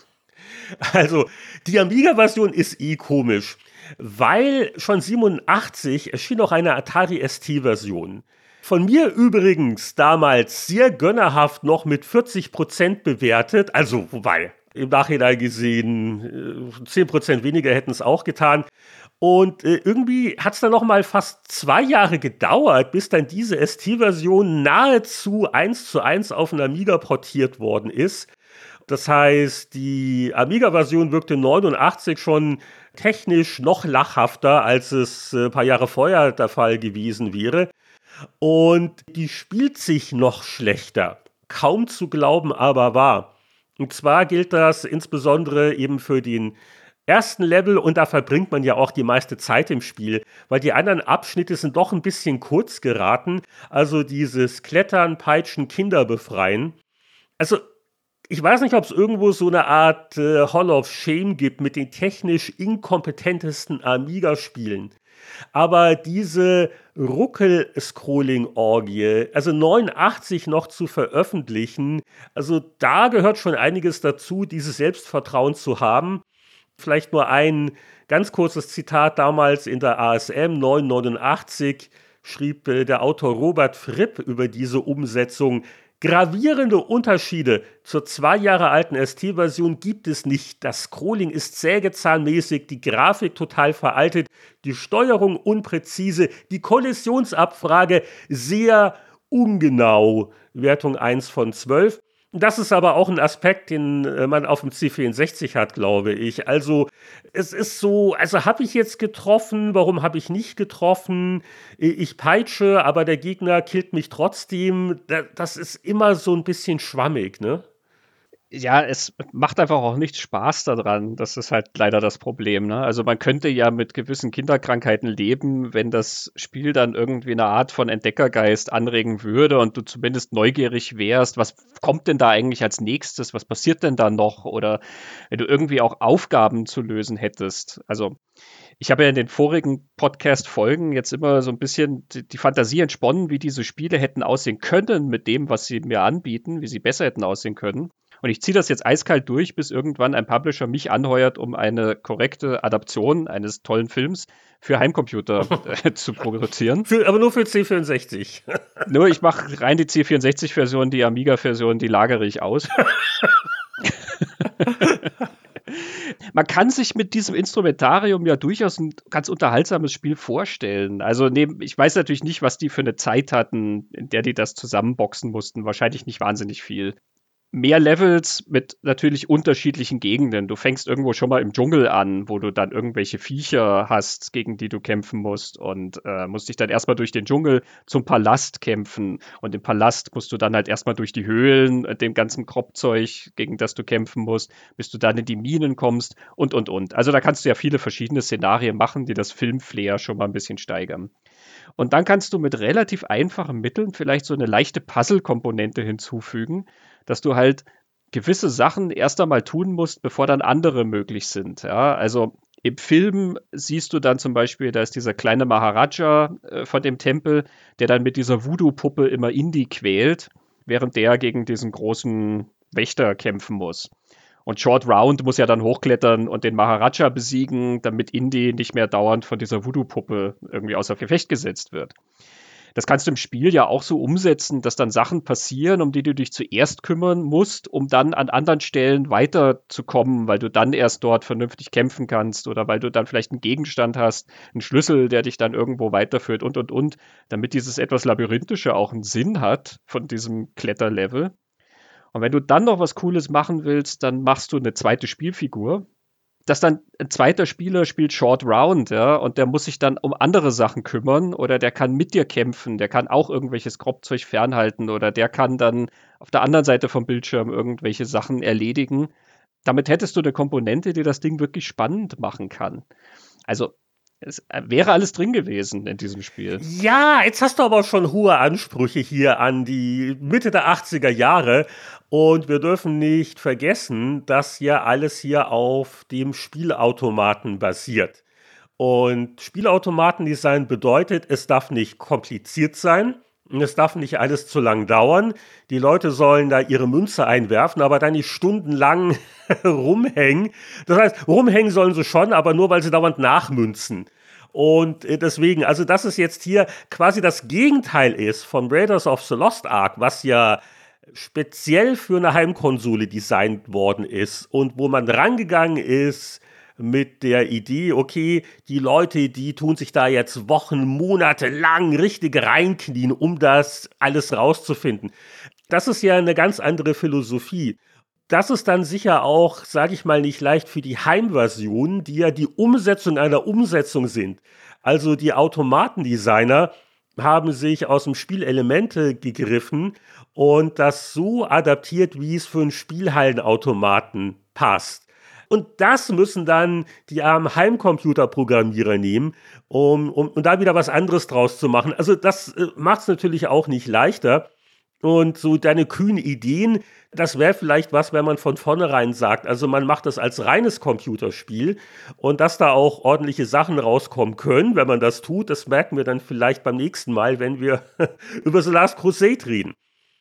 Also, die Amiga-Version ist eh komisch, weil schon siebenundachtzig erschien auch eine Atari S T-Version. Von mir übrigens damals sehr gönnerhaft noch mit vierzig Prozent bewertet, also wobei, im Nachhinein gesehen, zehn Prozent weniger hätten es auch getan. Und äh, irgendwie hat es dann noch mal fast zwei Jahre gedauert, bis dann diese S T-Version nahezu eins zu eins auf den Amiga portiert worden ist. Das heißt, die Amiga-Version wirkte neunundachtzig schon technisch noch lachhafter, als es ein paar Jahre vorher der Fall gewesen wäre. Und die spielt sich noch schlechter. Kaum zu glauben, aber wahr. Und zwar gilt das insbesondere eben für den ersten Level und da verbringt man ja auch die meiste Zeit im Spiel, weil die anderen Abschnitte sind doch ein bisschen kurz geraten. Also dieses Klettern, Peitschen, Kinder befreien. Also ich weiß nicht, ob es irgendwo so eine Art äh, Hall of Shame gibt mit den technisch inkompetentesten Amiga-Spielen. Aber diese Ruckel-Scrolling-Orgie, also neunundachtzig noch zu veröffentlichen, also da gehört schon einiges dazu, dieses Selbstvertrauen zu haben. Vielleicht nur ein ganz kurzes Zitat damals in der A S M neunzehnhundertneunundachtzig schrieb äh, der Autor Robert Fripp über diese Umsetzung: Gravierende Unterschiede zur zwei Jahre alten S T-Version gibt es nicht. Das Scrolling ist sägezahnmäßig, die Grafik total veraltet, die Steuerung unpräzise, die Kollisionsabfrage sehr ungenau. Wertung eins von zwölf. Das ist aber auch ein Aspekt, den man auf dem C vierundsechzig hat, glaube ich. Also es ist so, also habe ich jetzt getroffen, warum habe ich nicht getroffen? Ich peitsche, aber der Gegner killt mich trotzdem. Das ist immer so ein bisschen schwammig, ne? Ja, es macht einfach auch nicht Spaß daran. Das ist halt leider das Problem, ne? Also man könnte ja mit gewissen Kinderkrankheiten leben, wenn das Spiel dann irgendwie eine Art von Entdeckergeist anregen würde und du zumindest neugierig wärst, was kommt denn da eigentlich als nächstes, was passiert denn da noch? Oder wenn du irgendwie auch Aufgaben zu lösen hättest. Also ich habe ja in den vorigen Podcast-Folgen jetzt immer so ein bisschen die, die Fantasie entsponnen, wie diese Spiele hätten aussehen können mit dem, was sie mir anbieten, wie sie besser hätten aussehen können. Und ich ziehe das jetzt eiskalt durch, bis irgendwann ein Publisher mich anheuert, um eine korrekte Adaption eines tollen Films für Heimcomputer äh, zu produzieren. Für, aber nur für C vierundsechzig. Nur ich mache rein die C vierundsechzig-Version, die Amiga-Version, die lagere ich aus. Man kann sich mit diesem Instrumentarium ja durchaus ein ganz unterhaltsames Spiel vorstellen. Also neben, ich weiß natürlich nicht, was die für eine Zeit hatten, in der die das zusammenboxen mussten. Wahrscheinlich nicht wahnsinnig viel. mehr Levels mit natürlich unterschiedlichen Gegenden. Du fängst irgendwo schon mal im Dschungel an, wo du dann irgendwelche Viecher hast, gegen die du kämpfen musst und äh, musst dich dann erstmal durch den Dschungel zum Palast kämpfen. Und im Palast musst du dann halt erstmal durch die Höhlen, äh, dem ganzen Kropfzeug, gegen das du kämpfen musst, bis du dann in die Minen kommst und, und, und. Also da kannst du ja viele verschiedene Szenarien machen, die das Filmflair schon mal ein bisschen steigern. Und dann kannst du mit relativ einfachen Mitteln vielleicht so eine leichte Puzzle-Komponente hinzufügen, dass du halt gewisse Sachen erst einmal tun musst, bevor dann andere möglich sind. Ja, also im Film siehst du dann zum Beispiel, da ist dieser kleine Maharaja äh, von dem Tempel, der dann mit dieser Voodoo-Puppe immer Indy quält, während der gegen diesen großen Wächter kämpfen muss. Und Short Round muss ja dann hochklettern und den Maharaja besiegen, damit Indy nicht mehr dauernd von dieser Voodoo-Puppe irgendwie außer Gefecht gesetzt wird. Das kannst du im Spiel ja auch so umsetzen, dass dann Sachen passieren, um die du dich zuerst kümmern musst, um dann an anderen Stellen weiterzukommen, weil du dann erst dort vernünftig kämpfen kannst oder weil du dann vielleicht einen Gegenstand hast, einen Schlüssel, der dich dann irgendwo weiterführt und, und, und, damit dieses etwas Labyrinthische auch einen Sinn hat von diesem Kletterlevel. Und wenn du dann noch was Cooles machen willst, dann machst du eine zweite Spielfigur, dass dann ein zweiter Spieler spielt Short Round, ja, und der muss sich dann um andere Sachen kümmern oder der kann mit dir kämpfen, der kann auch irgendwelches Kropfzeug fernhalten oder der kann dann auf der anderen Seite vom Bildschirm irgendwelche Sachen erledigen. Damit hättest du eine Komponente, die das Ding wirklich spannend machen kann. Also es wäre alles drin gewesen in diesem Spiel. Ja, jetzt hast du aber schon hohe Ansprüche hier an die Mitte der achtziger Jahre. Und wir dürfen nicht vergessen, dass ja alles hier auf dem Spielautomaten basiert. Und Spielautomatendesign bedeutet, es darf nicht kompliziert sein. Es darf nicht alles zu lang dauern. Die Leute sollen da ihre Münze einwerfen, aber dann nicht stundenlang rumhängen. Das heißt, rumhängen sollen sie schon, aber nur, weil sie dauernd nachmünzen. Und deswegen, also dass es jetzt hier quasi das Gegenteil ist von Raiders of the Lost Ark, was ja speziell für eine Heimkonsole designt worden ist und wo man rangegangen ist mit der Idee, okay, die Leute, die tun sich da jetzt Wochen, Monate lang richtig reinknien, um das alles rauszufinden. Das ist ja eine ganz andere Philosophie. Das ist dann sicher auch, sage ich mal, nicht leicht für die Heimversion, die ja die Umsetzung einer Umsetzung sind. Also die Automatendesigner haben sich aus dem Spiel Elemente gegriffen und das so adaptiert, wie es für einen Spielhallenautomaten passt. Und das müssen dann die armen Heimcomputerprogrammierer nehmen, um, um, um da wieder was anderes draus zu machen. Also das äh, macht es natürlich auch nicht leichter. Und so deine kühnen Ideen, das wäre vielleicht was, wenn man von vornherein sagt, also man macht das als reines Computerspiel und dass da auch ordentliche Sachen rauskommen können, wenn man das tut, das merken wir dann vielleicht beim nächsten Mal, wenn wir über The Last Crusade reden.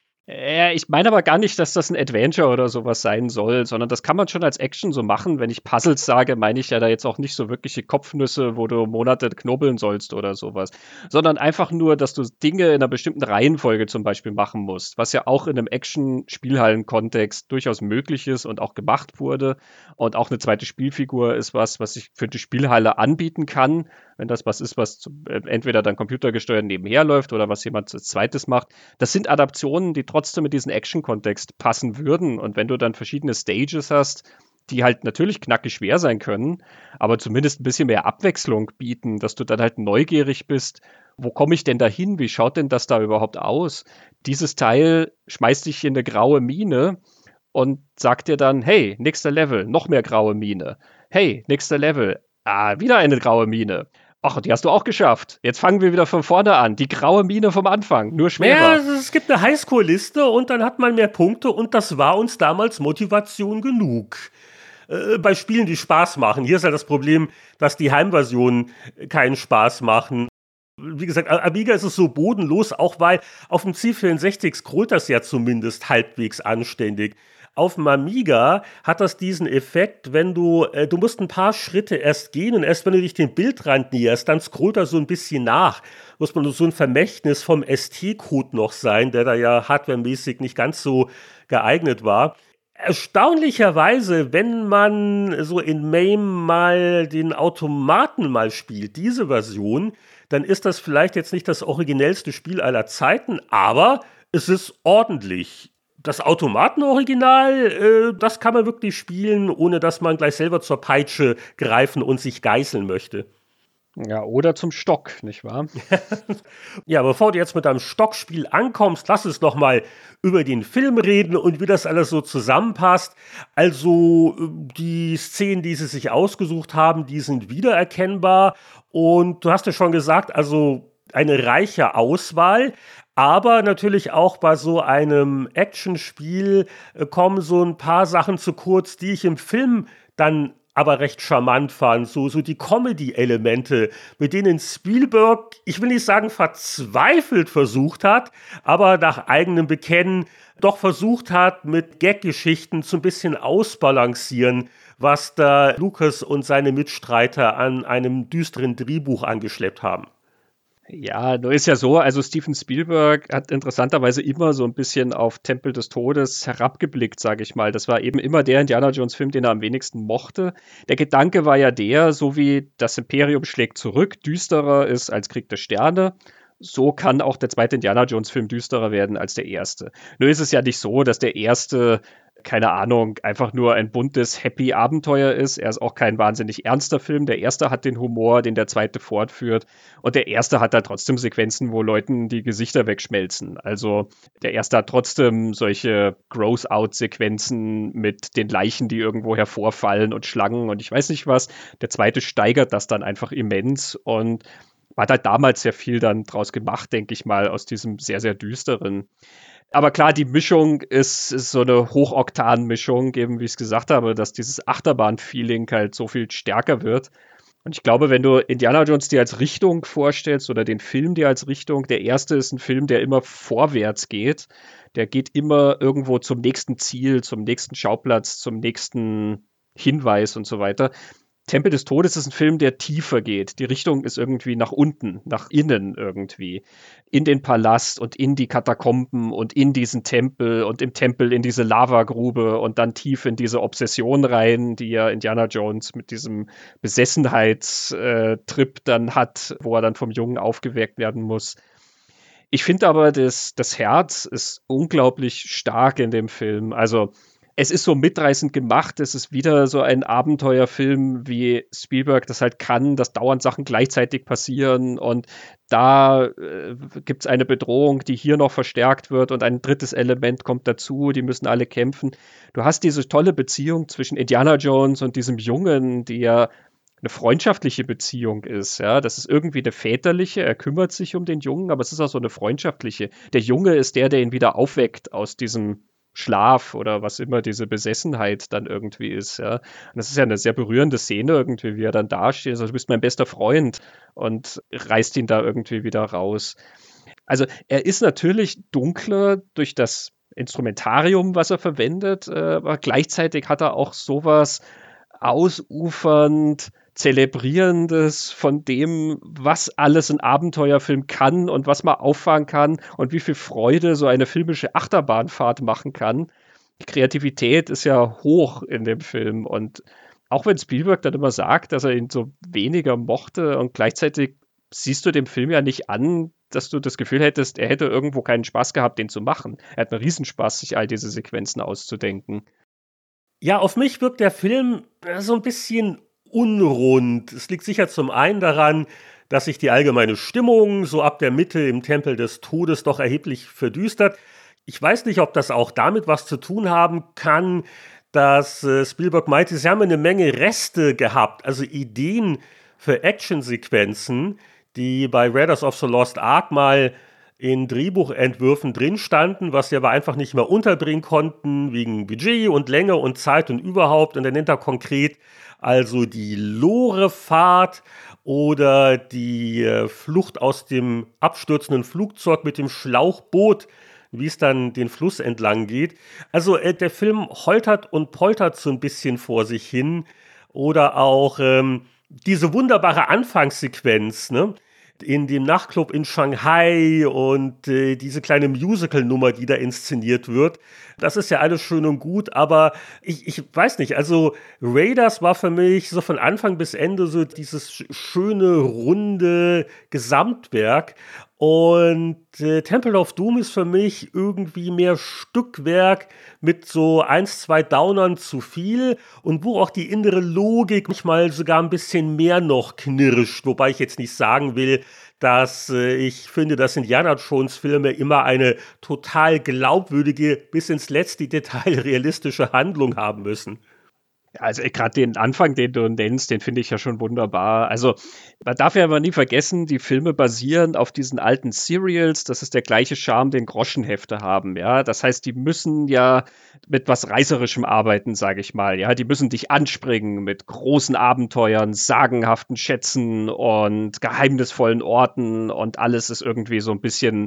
Ja, ich meine aber gar nicht, dass das ein Adventure oder sowas sein soll, sondern das kann man schon als Action so machen. Wenn ich Puzzles sage, meine ich ja da jetzt auch nicht so wirkliche Kopfnüsse, wo du Monate knobeln sollst oder sowas, sondern einfach nur, dass du Dinge in einer bestimmten Reihenfolge zum Beispiel machen musst, was ja auch in einem Action-Spielhallen-Kontext durchaus möglich ist und auch gemacht wurde. Und auch eine zweite Spielfigur ist was, was ich für die Spielhalle anbieten kann, wenn das was ist, was zu, äh, entweder dann computergesteuert nebenher läuft oder was jemand als zweites macht. Das sind Adaptionen, die trotzdem in diesen Action-Kontext passen würden. Und wenn du dann verschiedene Stages hast, die halt natürlich knackig schwer sein können, aber zumindest ein bisschen mehr Abwechslung bieten, dass du dann halt neugierig bist, wo komme ich denn da hin? Wie schaut denn das da überhaupt aus? Dieses Teil schmeißt dich in eine graue Mine und sagt dir dann, hey, nächster Level, noch mehr graue Mine. Hey, nächster Level, ah, wieder eine graue Mine. Ach, die hast du auch geschafft. Jetzt fangen wir wieder von vorne an. Die graue Mine vom Anfang, nur schwerer. Ja, es gibt eine Highscore-Liste und dann hat man mehr Punkte und das war uns damals Motivation genug. Äh, bei Spielen, die Spaß machen. Hier ist halt das Problem, dass die Heimversionen keinen Spaß machen. Wie gesagt, Amiga ist es so bodenlos, auch weil auf dem C vierundsechzig scrollt das ja zumindest halbwegs anständig. Auf dem Amiga hat das diesen Effekt, wenn du, äh, du musst ein paar Schritte erst gehen und erst wenn du dich dem Bildrand näherst, dann scrollt er so ein bisschen nach. Muss man so ein Vermächtnis vom S T-Code noch sein, der da ja hardwaremäßig nicht ganz so geeignet war. Erstaunlicherweise, wenn man so in MAME mal den Automaten mal spielt, diese Version, dann ist das vielleicht jetzt nicht das originellste Spiel aller Zeiten, aber es ist ordentlich. das Automatenoriginal, äh, das kann man wirklich spielen, ohne dass man gleich selber zur Peitsche greifen und sich geißeln möchte. Ja, oder zum Stock, nicht wahr? Ja, bevor du jetzt mit deinem Stockspiel ankommst, lass uns noch mal über den Film reden und wie das alles so zusammenpasst. Also die Szenen, die sie sich ausgesucht haben, die sind wiedererkennbar. Und du hast ja schon gesagt, also eine reiche Auswahl. Aber natürlich auch bei so einem Actionspiel äh, kommen so ein paar Sachen zu kurz, die ich im Film dann aber recht charmant fand. So, so die Comedy-Elemente, mit denen Spielberg, ich will nicht sagen verzweifelt versucht hat, aber nach eigenem Bekennen doch versucht hat, mit Gag-Geschichten so ein bisschen ausbalancieren, was da Lucas und seine Mitstreiter an einem düsteren Drehbuch angeschleppt haben. Ja, nur ist ja so, also Steven Spielberg hat interessanterweise immer so ein bisschen auf Tempel des Todes herabgeblickt, sage ich mal. Das war eben immer der Indiana Jones-Film, den er am wenigsten mochte. Der Gedanke war ja der, so wie das Imperium schlägt zurück, düsterer ist als Krieg der Sterne, so kann auch der zweite Indiana Jones-Film düsterer werden als der erste. Nur ist es ja nicht so, dass der erste, keine Ahnung, einfach nur ein buntes, happy Abenteuer ist. Er ist auch kein wahnsinnig ernster Film. Der erste hat den Humor, den der zweite fortführt. Und der erste hat da trotzdem Sequenzen, wo Leuten die Gesichter wegschmelzen. Also der erste hat trotzdem solche Gross-Out-Sequenzen mit den Leichen, die irgendwo hervorfallen und Schlangen und ich weiß nicht was. Der zweite steigert das dann einfach immens und hat halt damals sehr viel dann draus gemacht, denke ich mal, aus diesem sehr, sehr düsteren. Aber klar, die Mischung ist, ist so eine Hochoktan-Mischung, eben wie ich es gesagt habe, dass dieses Achterbahn-Feeling halt so viel stärker wird. Und ich glaube, wenn du Indiana Jones dir als Richtung vorstellst oder den Film dir als Richtung, der erste ist ein Film, der immer vorwärts geht. Der geht immer irgendwo zum nächsten Ziel, zum nächsten Schauplatz, zum nächsten Hinweis und so weiter. Tempel des Todes ist ein Film, der tiefer geht. Die Richtung ist irgendwie nach unten, nach innen irgendwie. In den Palast und in die Katakomben und in diesen Tempel und im Tempel in diese Lavagrube und dann tief in diese Obsession rein, die ja Indiana Jones mit diesem Besessenheitstrip dann hat, wo er dann vom Jungen aufgeweckt werden muss. Ich finde aber, das, das Herz ist unglaublich stark in dem Film. Also es ist so mitreißend gemacht. Es ist wieder so ein Abenteuerfilm, wie Spielberg das halt kann, dass dauernd Sachen gleichzeitig passieren und da äh, gibt es eine Bedrohung, die hier noch verstärkt wird und ein drittes Element kommt dazu, die müssen alle kämpfen. Du hast diese tolle Beziehung zwischen Indiana Jones und diesem Jungen, die ja eine freundschaftliche Beziehung ist, ja, das ist irgendwie eine väterliche, er kümmert sich um den Jungen, aber es ist auch so eine freundschaftliche. Der Junge ist der, der ihn wieder aufweckt aus diesem Schlaf oder was immer diese Besessenheit dann irgendwie ist, ja. Und das ist ja eine sehr berührende Szene irgendwie, wie er dann dasteht, also du bist mein bester Freund und reißt ihn da irgendwie wieder raus. Also er ist natürlich dunkler durch das Instrumentarium, was er verwendet, aber gleichzeitig hat er auch sowas ausufernd Zelebrierendes von dem, was alles ein Abenteuerfilm kann und was man auffahren kann und wie viel Freude so eine filmische Achterbahnfahrt machen kann. Die Kreativität ist ja hoch in dem Film und auch wenn Spielberg dann immer sagt, dass er ihn so weniger mochte und gleichzeitig siehst du dem Film ja nicht an, dass du das Gefühl hättest, er hätte irgendwo keinen Spaß gehabt, den zu machen. Er hat einen Riesenspaß, sich all diese Sequenzen auszudenken. Ja, auf mich wirkt der Film so ein bisschen unrund. Es liegt sicher zum einen daran, dass sich die allgemeine Stimmung so ab der Mitte im Tempel des Todes doch erheblich verdüstert. Ich weiß nicht, ob das auch damit was zu tun haben kann, dass äh, Spielberg meinte, sie haben eine Menge Reste gehabt, also Ideen für Actionsequenzen, die bei Raiders of the Lost Ark mal in Drehbuchentwürfen drin standen, was sie aber einfach nicht mehr unterbringen konnten, wegen Budget und Länge und Zeit und überhaupt. Und er nennt da konkret also die Lorefahrt oder die äh, Flucht aus dem abstürzenden Flugzeug mit dem Schlauchboot, wie es dann den Fluss entlang geht. Also äh, der Film holtert und poltert so ein bisschen vor sich hin. Oder auch ähm, diese wunderbare Anfangssequenz, ne? In dem Nachtclub in Shanghai und äh, diese kleine Musical-Nummer, die da inszeniert wird. Das ist ja alles schön und gut, aber ich, ich weiß nicht, also Raiders war für mich so von Anfang bis Ende so dieses schöne, runde Gesamtwerk. Und äh, Temple of Doom ist für mich irgendwie mehr Stückwerk mit so eins, zwei Downern zu viel und wo auch die innere Logik manchmal sogar ein bisschen mehr noch knirscht. Wobei ich jetzt nicht sagen will, dass äh, ich finde, dass Indiana Jones Filme immer eine total glaubwürdige, bis ins letzte Detail realistische Handlung haben müssen. Also gerade den Anfang, den du nennst, den finde ich ja schon wunderbar. Also man darf ja aber nie vergessen, die Filme basieren auf diesen alten Serials. Das ist der gleiche Charme, den Groschenhefte haben. Ja, das heißt, die müssen ja mit was Reißerischem arbeiten, sage ich mal. Ja, die müssen dich anspringen mit großen Abenteuern, sagenhaften Schätzen und geheimnisvollen Orten und alles ist irgendwie so ein bisschen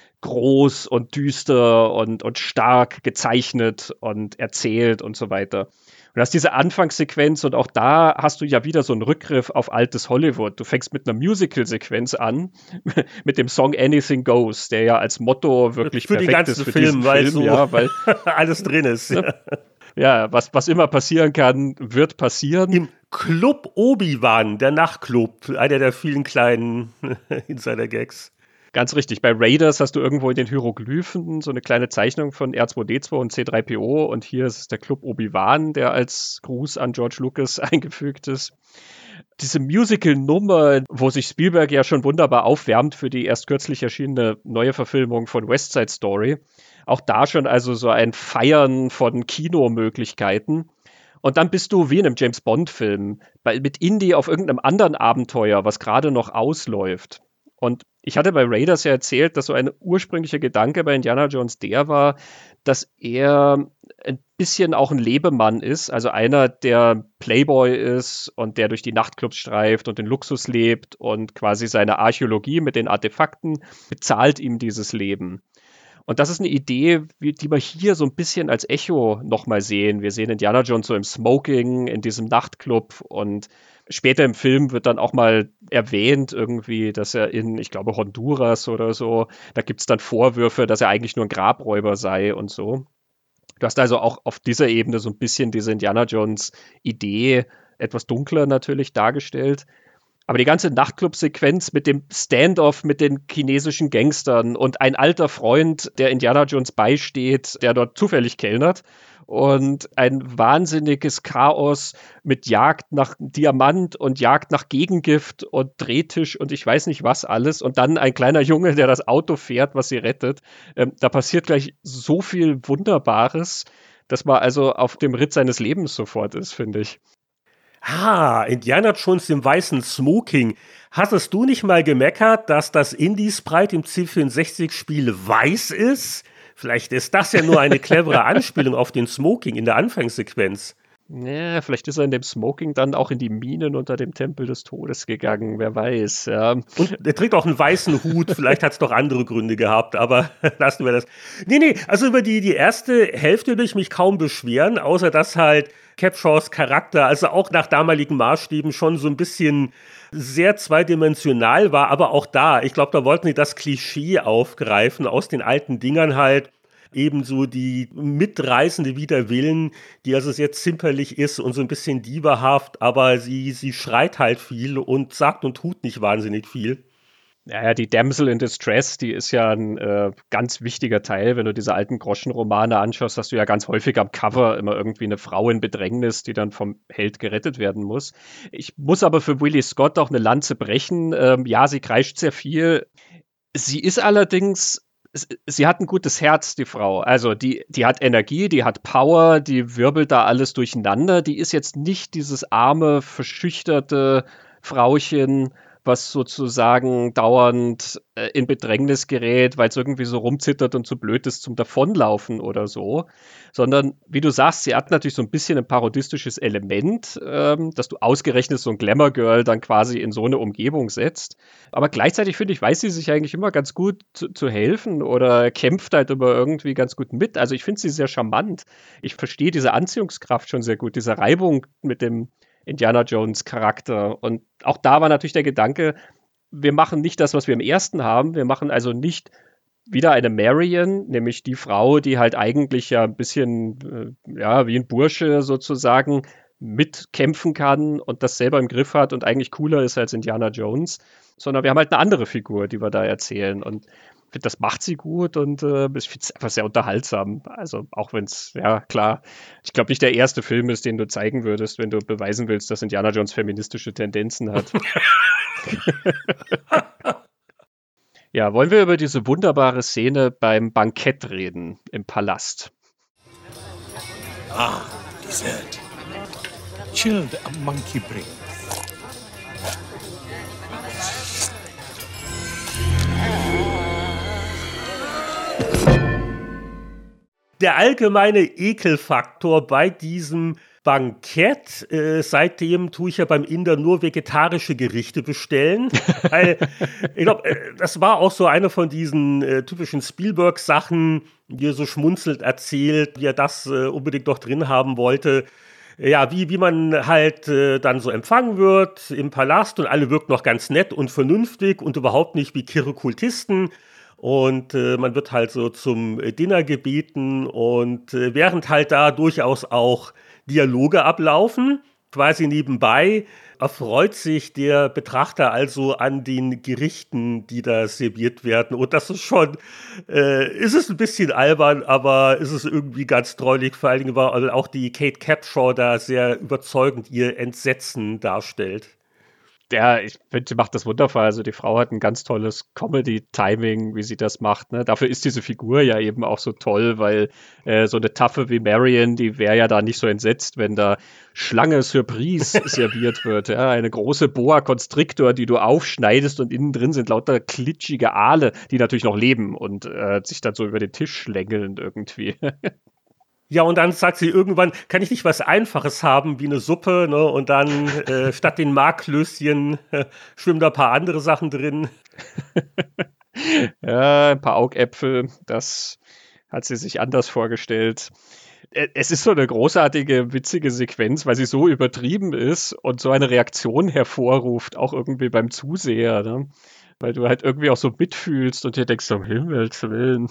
groß und düster und, und stark gezeichnet und erzählt und so weiter. Und hast diese Anfangssequenz und auch da hast du ja wieder so einen Rückgriff auf altes Hollywood. Du fängst mit einer Musical-Sequenz an, mit dem Song Anything Goes, der ja als Motto wirklich für perfekt ist für Film, diesen weil Film. So ja, weil alles drin ist. Ne? Ja, was, was immer passieren kann, wird passieren. Im Club Obi-Wan, der Nachtclub, einer der vielen kleinen Insider-Gags. Ganz richtig. Bei Raiders hast du irgendwo in den Hieroglyphen so eine kleine Zeichnung von R zwei D zwei und C drei P O und hier ist es der Club Obi-Wan, der als Gruß an George Lucas eingefügt ist. Diese Musical-Nummer, wo sich Spielberg ja schon wunderbar aufwärmt für die erst kürzlich erschienene neue Verfilmung von West Side Story. Auch da schon also so ein Feiern von Kinomöglichkeiten. Und dann bist du wie in einem James-Bond-Film, mit Indy auf irgendeinem anderen Abenteuer, was gerade noch ausläuft. Und ich hatte bei Raiders ja erzählt, dass so ein ursprünglicher Gedanke bei Indiana Jones der war, dass er ein bisschen auch ein Lebemann ist, also einer, der Playboy ist und der durch die Nachtclubs streift und den Luxus lebt und quasi seine Archäologie mit den Artefakten bezahlt ihm dieses Leben. Und das ist eine Idee, die wir hier so ein bisschen als Echo nochmal sehen. Wir sehen Indiana Jones so im Smoking, in diesem Nachtclub und später im Film wird dann auch mal erwähnt irgendwie, dass er in, ich glaube, Honduras oder so, da gibt es dann Vorwürfe, dass er eigentlich nur ein Grabräuber sei und so. Du hast also auch auf dieser Ebene so ein bisschen diese Indiana Jones-Idee, etwas dunkler natürlich dargestellt. Aber die ganze Nachtclub-Sequenz mit dem Standoff mit den chinesischen Gangstern und ein alter Freund, der Indiana Jones beisteht, der dort zufällig kellnert und ein wahnsinniges Chaos mit Jagd nach Diamant und Jagd nach Gegengift und Drehtisch und ich weiß nicht was alles und dann ein kleiner Junge, der das Auto fährt, was sie rettet. Ähm, da passiert gleich so viel Wunderbares, dass man also auf dem Ritt seines Lebens sofort ist, finde ich. Ah, Indiana Jones im weißen Smoking. Hattest du nicht mal gemeckert, dass das Indie-Sprite im C vierundsechzig-Spiel weiß ist? Vielleicht ist das ja nur eine clevere Anspielung auf den Smoking in der Anfangssequenz. Ja, vielleicht ist er in dem Smoking dann auch in die Minen unter dem Tempel des Todes gegangen, wer weiß. Ja. Und er trägt auch einen weißen Hut, vielleicht hat es doch andere Gründe gehabt, aber lassen wir das. Nee, nee, also über die, die erste Hälfte will ich mich kaum beschweren, außer dass halt Capshaws Charakter, also auch nach damaligen Maßstäben schon so ein bisschen sehr zweidimensional war, aber auch da, ich glaube, da wollten sie das Klischee aufgreifen aus den alten Dingern halt, ebenso die mitreißende wider Willen, die also sehr zimperlich ist und so ein bisschen dieberhaft, aber sie, sie schreit halt viel und sagt und tut nicht wahnsinnig viel. Ja, die Damsel in Distress, die ist ja ein äh, ganz wichtiger Teil. Wenn du diese alten Groschenromane anschaust, hast du ja ganz häufig am Cover immer irgendwie eine Frau in Bedrängnis, die dann vom Held gerettet werden muss. Ich muss aber für Willie Scott auch eine Lanze brechen. Ähm, ja, sie kreischt sehr viel. Sie ist allerdings sie hat ein gutes Herz, die Frau. Also die, die hat Energie, die hat Power, die wirbelt da alles durcheinander. Die ist jetzt nicht dieses arme, verschüchterte Frauchen, was sozusagen dauernd äh, in Bedrängnis gerät, weil es irgendwie so rumzittert und zu blöd ist zum Davonlaufen oder so. Sondern, wie du sagst, sie hat natürlich so ein bisschen ein parodistisches Element, ähm, dass du ausgerechnet so ein Glamour-Girl dann quasi in so eine Umgebung setzt. Aber gleichzeitig, finde ich, weiß sie sich eigentlich immer ganz gut zu, zu helfen oder kämpft halt immer irgendwie ganz gut mit. Also ich finde sie sehr charmant. Ich verstehe diese Anziehungskraft schon sehr gut, diese Reibung mit dem Indiana Jones Charakter. Und auch da war natürlich der Gedanke, wir machen nicht das, was wir im ersten haben. Wir machen also nicht wieder eine Marion, nämlich die Frau, die halt eigentlich ja ein bisschen, äh, ja, wie ein Bursche sozusagen mitkämpfen kann und das selber im Griff hat und eigentlich cooler ist als Indiana Jones, sondern wir haben halt eine andere Figur, die wir da erzählen. Und ich finde, das macht sie gut und äh, ich finde es einfach sehr unterhaltsam. Also auch wenn es, ja klar, ich glaube nicht der erste Film ist, den du zeigen würdest, wenn du beweisen willst, dass Indiana Jones feministische Tendenzen hat. Ja, wollen wir über diese wunderbare Szene beim Bankett reden, im Palast? Ah, dessert. Chilled monkey brain. Der allgemeine Ekelfaktor bei diesem Bankett, äh, seitdem tue ich ja beim Inder nur vegetarische Gerichte bestellen. Weil, ich glaube, äh, das war auch so eine von diesen äh, typischen Spielberg-Sachen, die er so schmunzelt erzählt, wie er das äh, unbedingt noch drin haben wollte. Ja, wie, wie man halt äh, dann so empfangen wird im Palast und alle wirken noch ganz nett und vernünftig und überhaupt nicht wie kirre Kultisten. Und äh, man wird halt so zum Dinner gebeten und äh, während halt da durchaus auch Dialoge ablaufen, quasi nebenbei, erfreut sich der Betrachter also an den Gerichten, die da serviert werden. Und das ist schon, äh, ist es ein bisschen albern, aber ist es irgendwie ganz treulich, vor allen Dingen, weil auch die Kate Capshaw da sehr überzeugend ihr Entsetzen darstellt. Ja, ich finde, sie macht das wundervoll. Also die Frau hat ein ganz tolles Comedy-Timing, wie sie das macht. Ne? Dafür ist diese Figur ja eben auch so toll, weil äh, so eine Taffe wie Marion, die wäre ja da nicht so entsetzt, wenn da Schlange Surprise serviert wird. Ja? Eine große Boa Constrictor, die du aufschneidest und innen drin sind lauter klitschige Aale, die natürlich noch leben und äh, sich dann so über den Tisch schlängeln irgendwie. Ja, und dann sagt sie irgendwann, kann ich nicht was Einfaches haben, wie eine Suppe, ne? Und dann äh, statt den Marklöschen äh, schwimmen da ein paar andere Sachen drin. Ja, ein paar Augäpfel, das hat sie sich anders vorgestellt. Es ist so eine großartige, witzige Sequenz, weil sie so übertrieben ist und so eine Reaktion hervorruft, auch irgendwie beim Zuseher, ne? Weil du halt irgendwie auch so mitfühlst und dir denkst, um Himmels Willen.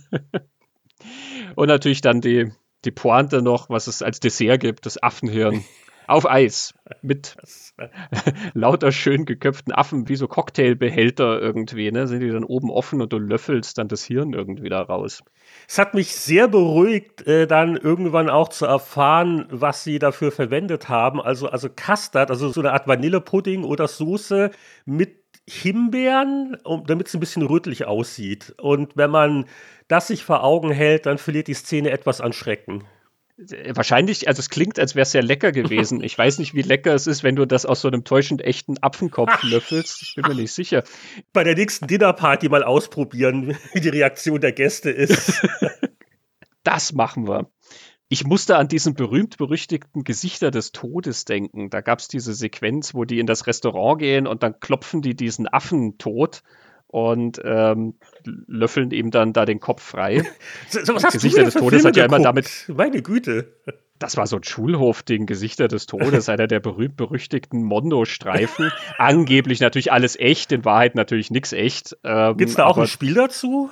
Und natürlich dann die Die Pointe noch, was es als Dessert gibt, das Affenhirn auf Eis mit lauter schön geköpften Affen, wie so Cocktailbehälter irgendwie, ne? Sind die dann oben offen und du löffelst dann das Hirn irgendwie da raus. Es hat mich sehr beruhigt, äh, dann irgendwann auch zu erfahren, was sie dafür verwendet haben. Also, also Custard, also so eine Art Vanillepudding oder Soße mit Himbeeren, um, damit es ein bisschen rötlich aussieht. Und wenn man das sich vor Augen hält, dann verliert die Szene etwas an Schrecken. Wahrscheinlich, also es klingt, als wäre es sehr lecker gewesen. Ich weiß nicht, wie lecker es ist, wenn du das aus so einem täuschend echten Apfenkopf löffelst. Ich bin mir nicht sicher. Bei der nächsten Dinnerparty mal ausprobieren, wie die Reaktion der Gäste ist. Das machen wir. Ich musste an diesen berühmt-berüchtigten Gesichter des Todes denken. Da gab es diese Sequenz, wo die in das Restaurant gehen und dann klopfen die diesen Affen tot und ähm, löffeln ihm dann da den Kopf frei. So, so, was hast Gesichter du des für Todes Filme hat ja immer geguckt? damit. Meine Güte. Das war so ein Schulhof-Ding, Gesichter des Todes, einer der berühmt-berüchtigten Mondo-Streifen. Angeblich natürlich alles echt, in Wahrheit natürlich nichts echt. Ähm, Gibt's da auch ein Spiel dazu?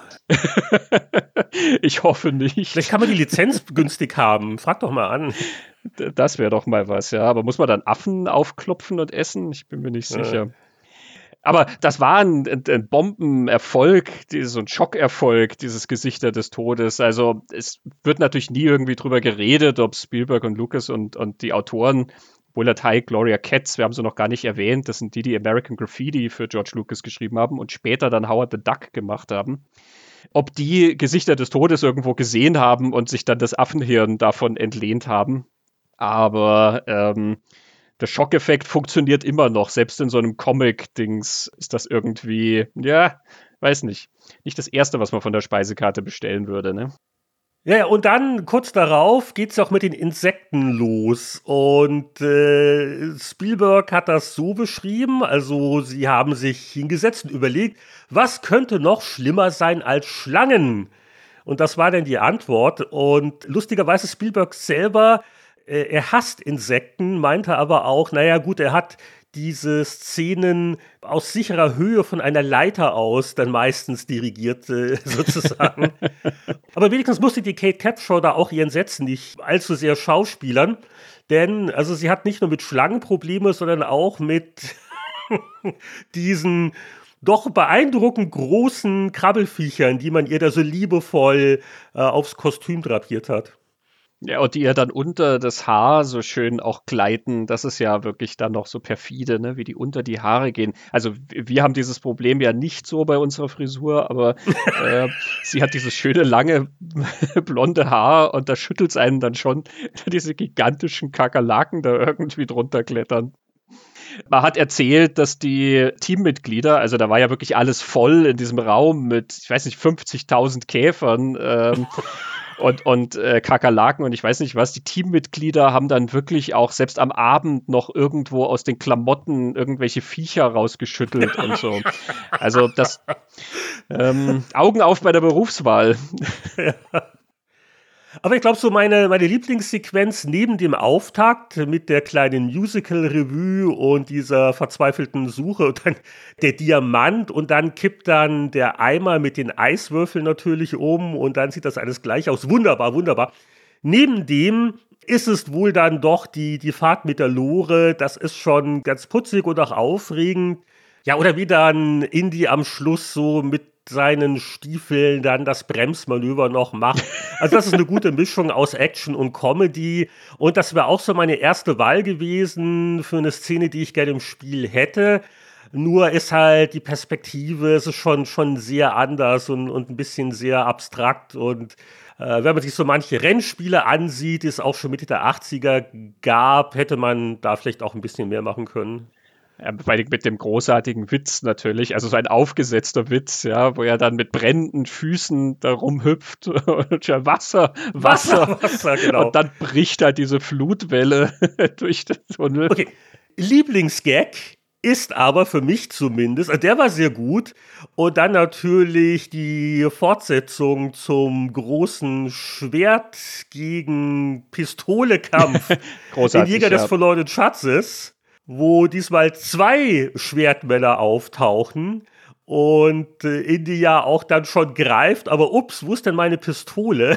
Ich hoffe nicht. Vielleicht kann man die Lizenz günstig haben. Frag doch mal an. Das wäre doch mal was, ja. Aber muss man dann Affen aufklopfen und essen? Ich bin mir nicht sicher. Ja. Aber das war ein, ein Bombenerfolg, so ein Schockerfolg, dieses Gesichter des Todes. Also es wird natürlich nie irgendwie drüber geredet, ob Spielberg und Lucas und, und die Autoren, Willard Huyck, Gloria Katz, wir haben sie noch gar nicht erwähnt, das sind die, die American Graffiti für George Lucas geschrieben haben und später dann Howard the Duck gemacht haben. Ob die Gesichter des Todes irgendwo gesehen haben und sich dann das Affenhirn davon entlehnt haben. Aber ähm, der Schockeffekt funktioniert immer noch. Selbst in so einem Comic-Dings ist das irgendwie, ja, weiß nicht. Nicht das Erste, was man von der Speisekarte bestellen würde, ne? Ja, und dann kurz darauf geht's auch mit den Insekten los. Und äh, Spielberg hat das so beschrieben, also sie haben sich hingesetzt und überlegt, was könnte noch schlimmer sein als Schlangen? Und das war dann die Antwort. Und lustigerweise Spielberg selber, äh, er hasst Insekten, meinte aber auch, naja gut, er hat diese Szenen aus sicherer Höhe von einer Leiter aus dann meistens dirigiert, äh, sozusagen. Aber wenigstens musste die Kate Capshaw da auch ihren Sätzen nicht allzu sehr schauspielern, denn also sie hat nicht nur mit Schlangen Probleme, sondern auch mit diesen doch beeindruckend großen Krabbelfiechern, die man ihr da so liebevoll äh, aufs Kostüm drapiert hat. Ja, und die ihr dann unter das Haar so schön auch gleiten, das ist ja wirklich dann noch so perfide, ne, wie die unter die Haare gehen. Also wir haben dieses Problem ja nicht so bei unserer Frisur, aber äh, sie hat dieses schöne, lange, blonde Haar und da schüttelt es einen dann schon diese gigantischen Kakerlaken da irgendwie drunter klettern. Man hat erzählt, dass die Teammitglieder, also da war ja wirklich alles voll in diesem Raum mit, ich weiß nicht, fünfzigtausend Käfern, ähm, und, und äh, Kakerlaken und ich weiß nicht was, die Teammitglieder haben dann wirklich auch selbst am Abend noch irgendwo aus den Klamotten irgendwelche Viecher rausgeschüttelt und so. Also das ähm, Augen auf bei der Berufswahl. Ja. Aber ich glaube, so meine, meine Lieblingssequenz neben dem Auftakt mit der kleinen Musical-Revue und dieser verzweifelten Suche und dann der Diamant und dann kippt dann der Eimer mit den Eiswürfeln natürlich um und dann sieht das alles gleich aus. Wunderbar, wunderbar. Neben dem ist es wohl dann doch die, die Fahrt mit der Lore. Das ist schon ganz putzig und auch aufregend. Ja, oder wie dann Indy am Schluss so mit seinen Stiefeln dann das Bremsmanöver noch macht. Also das ist eine gute Mischung aus Action und Comedy. Und das wäre auch so meine erste Wahl gewesen für eine Szene, die ich gerne im Spiel hätte. Nur ist halt die Perspektive, es ist schon, schon sehr anders und, und ein bisschen sehr abstrakt. Und äh, wenn man sich so manche Rennspiele ansieht, die es auch schon Mitte der achtziger gab, hätte man da vielleicht auch ein bisschen mehr machen können. Ja, mit dem großartigen Witz natürlich, also so ein aufgesetzter Witz, ja, wo er dann mit brennenden Füßen da rumhüpft und ja, Wasser, Wasser, Wasser, Wasser, genau. Und dann bricht halt diese Flutwelle durch den Tunnel. Okay, Lieblingsgag ist aber für mich zumindest, also der war sehr gut und dann natürlich die Fortsetzung zum großen Schwert gegen Pistole-Kampf in Jäger des ja. verlorenen Schatzes, wo diesmal zwei Schwertmänner auftauchen und äh, Indy ja auch dann schon greift, aber ups, wo ist denn meine Pistole?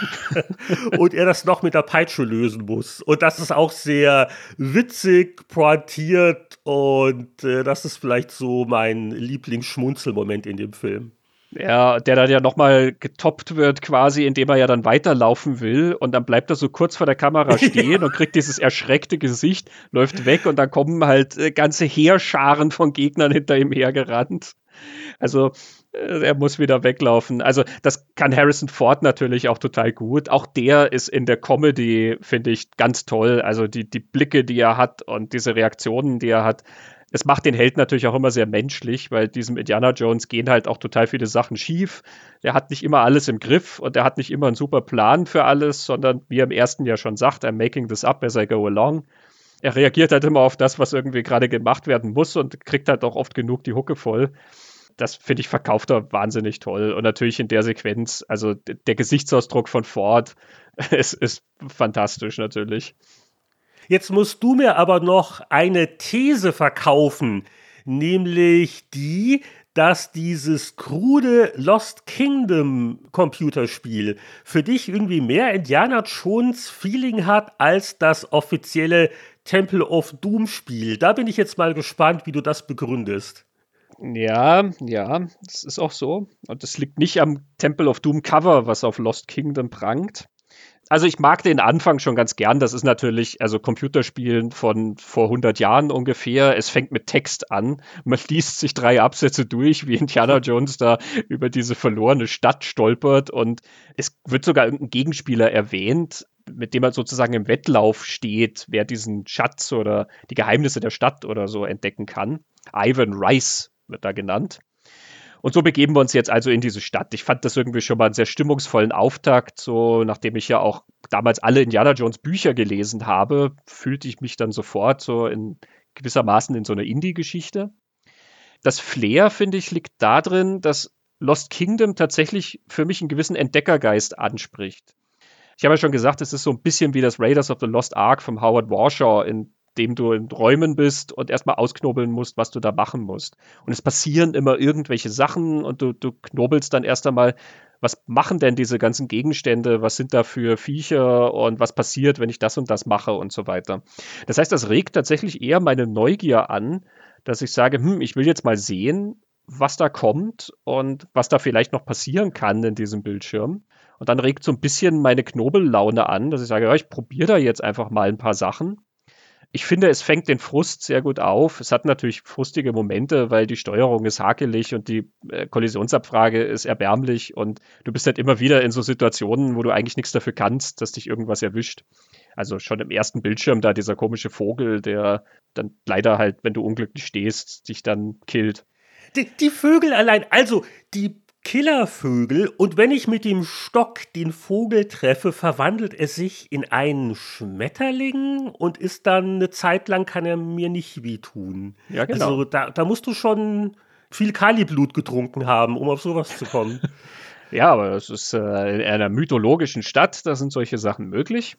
Und er das noch mit der Peitsche lösen muss. Und das ist auch sehr witzig, pointiert und äh, das ist vielleicht so mein Lieblingsschmunzelmoment in dem Film. Ja, der dann ja nochmal getoppt wird quasi, indem er ja dann weiterlaufen will und dann bleibt er so kurz vor der Kamera stehen und kriegt dieses erschreckte Gesicht, läuft weg und dann kommen halt äh, ganze Heerscharen von Gegnern hinter ihm hergerannt. Also äh, er muss wieder weglaufen. Also das kann Harrison Ford natürlich auch total gut. Auch der ist in der Comedy, finde ich, ganz toll. Also die, die Blicke, die er hat und diese Reaktionen, die er hat, es macht den Held natürlich auch immer sehr menschlich, weil diesem Indiana Jones gehen halt auch total viele Sachen schief. Er hat nicht immer alles im Griff und er hat nicht immer einen super Plan für alles, sondern wie er im ersten ja schon sagt, I'm making this up as I go along. Er reagiert halt immer auf das, was irgendwie gerade gemacht werden muss und kriegt halt auch oft genug die Hucke voll. Das, finde ich, verkauft er wahnsinnig toll. Und natürlich in der Sequenz, also d- der Gesichtsausdruck von Ford ist, ist fantastisch natürlich. Jetzt musst du mir aber noch eine These verkaufen, nämlich die, dass dieses krude Lost Kingdom Computerspiel für dich irgendwie mehr Indiana Jones Feeling hat als das offizielle Temple of Doom Spiel. Da bin ich jetzt mal gespannt, wie du das begründest. Ja, ja, das ist auch so. Und das liegt nicht am Temple of Doom Cover, was auf Lost Kingdom prangt. Also ich mag den Anfang schon ganz gern. Das ist natürlich, also Computerspielen von vor hundert Jahren ungefähr. Es fängt mit Text an. Man liest sich drei Absätze durch, wie Indiana Jones da über diese verlorene Stadt stolpert. Und es wird sogar irgendein Gegenspieler erwähnt, mit dem man sozusagen im Wettlauf steht, wer diesen Schatz oder die Geheimnisse der Stadt oder so entdecken kann. Ivan Rice wird da genannt. Und so begeben wir uns jetzt also in diese Stadt. Ich fand das irgendwie schon mal einen sehr stimmungsvollen Auftakt. So, nachdem ich ja auch damals alle Indiana Jones Bücher gelesen habe, fühlte ich mich dann sofort so in gewissermaßen in so einer Indie-Geschichte. Das Flair, finde ich, liegt darin, dass Lost Kingdom tatsächlich für mich einen gewissen Entdeckergeist anspricht. Ich habe ja schon gesagt, es ist so ein bisschen wie das Raiders of the Lost Ark von Howard Warshaw, in dem du in Räumen bist und erstmal ausknobeln musst, was du da machen musst. Und es passieren immer irgendwelche Sachen und du, du knobelst dann erst einmal, was machen denn diese ganzen Gegenstände, was sind da für Viecher und was passiert, wenn ich das und das mache und so weiter. Das heißt, das regt tatsächlich eher meine Neugier an, dass ich sage, hm, ich will jetzt mal sehen, was da kommt und was da vielleicht noch passieren kann in diesem Bildschirm. Und dann regt so ein bisschen meine Knobellaune an, dass ich sage, ja, ich probiere da jetzt einfach mal ein paar Sachen. Ich finde, es fängt den Frust sehr gut auf. Es hat natürlich frustige Momente, weil die Steuerung ist hakelig und die äh, Kollisionsabfrage ist erbärmlich und du bist halt immer wieder in so Situationen, wo du eigentlich nichts dafür kannst, dass dich irgendwas erwischt. Also schon im ersten Bildschirm da dieser komische Vogel, der dann leider halt, wenn du unglücklich stehst, dich dann killt. Die, die Vögel allein, also die Killervögel, und wenn ich mit dem Stock den Vogel treffe, verwandelt er sich in einen Schmetterling und ist dann eine Zeit lang, kann er mir nicht wehtun. Ja, genau. Also da, da musst du schon viel Kaliblut getrunken haben, um auf sowas zu kommen. Ja, aber das ist äh, in einer mythologischen Stadt, da sind solche Sachen möglich.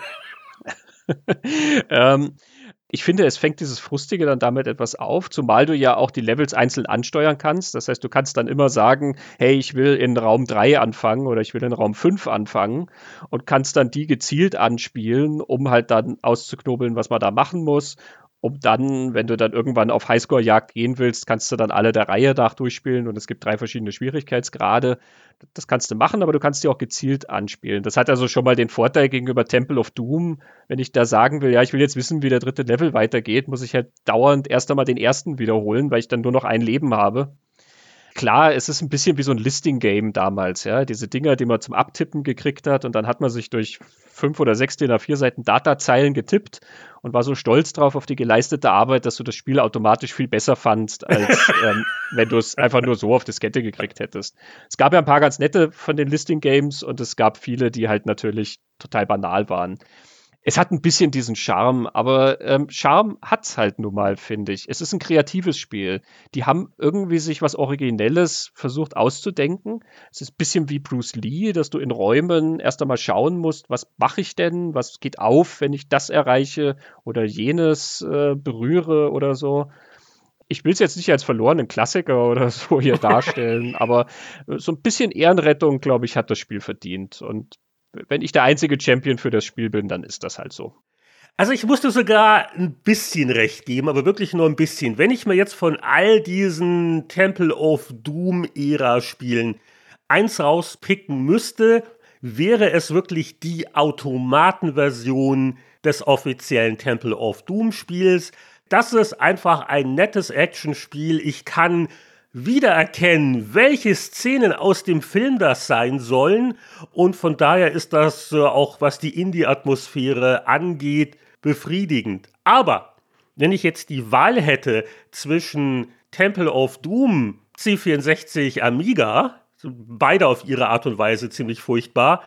ähm, Ich finde, es fängt dieses Frustige dann damit etwas auf, zumal du ja auch die Levels einzeln ansteuern kannst. Das heißt, du kannst dann immer sagen, hey, ich will in Raum drei anfangen oder ich will in Raum fünf anfangen und kannst dann die gezielt anspielen, um halt dann auszuknobeln, was man da machen muss. Um dann, wenn du dann irgendwann auf Highscore-Jagd gehen willst, kannst du dann alle der Reihe nach durchspielen und es gibt drei verschiedene Schwierigkeitsgrade. Das kannst du machen, aber du kannst die auch gezielt anspielen. Das hat also schon mal den Vorteil gegenüber Temple of Doom. Wenn ich da sagen will, ja, ich will jetzt wissen, wie der dritte Level weitergeht, muss ich halt dauernd erst einmal den ersten wiederholen, weil ich dann nur noch ein Leben habe. Klar, es ist ein bisschen wie so ein Listing-Game damals, ja. Diese Dinger, die man zum Abtippen gekriegt hat und dann hat man sich durch fünf oder sechs D I N A vier Seiten Datazeilen getippt und war so stolz drauf auf die geleistete Arbeit, dass du das Spiel automatisch viel besser fandst, als ähm, wenn du es einfach nur so auf Diskette gekriegt hättest. Es gab ja ein paar ganz nette von den Listing-Games und es gab viele, die halt natürlich total banal waren. Es hat ein bisschen diesen Charme, aber ähm, Charme hat's halt nun mal, finde ich. Es ist ein kreatives Spiel. Die haben irgendwie sich was Originelles versucht auszudenken. Es ist ein bisschen wie Bruce Lee, dass du in Räumen erst einmal schauen musst, was mache ich denn, was geht auf, wenn ich das erreiche oder jenes äh, berühre oder so. Ich will es jetzt nicht als verlorenen Klassiker oder so hier darstellen, aber so ein bisschen Ehrenrettung, glaube ich, hat das Spiel verdient. Und wenn ich der einzige Champion für das Spiel bin, dann ist das halt so. Also ich musste sogar ein bisschen recht geben, aber wirklich nur ein bisschen. Wenn ich mir jetzt von all diesen Temple of Doom-Ära-Spielen eins rauspicken müsste, wäre es wirklich die Automatenversion des offiziellen Temple of Doom-Spiels. Das ist einfach ein nettes Actionspiel. Ich kann wiedererkennen, welche Szenen aus dem Film das sein sollen. Und von daher ist das äh, auch, was die Indie-Atmosphäre angeht, befriedigend. Aber wenn ich jetzt die Wahl hätte zwischen Temple of Doom, C vierundsechzig Amiga, beide auf ihre Art und Weise ziemlich furchtbar,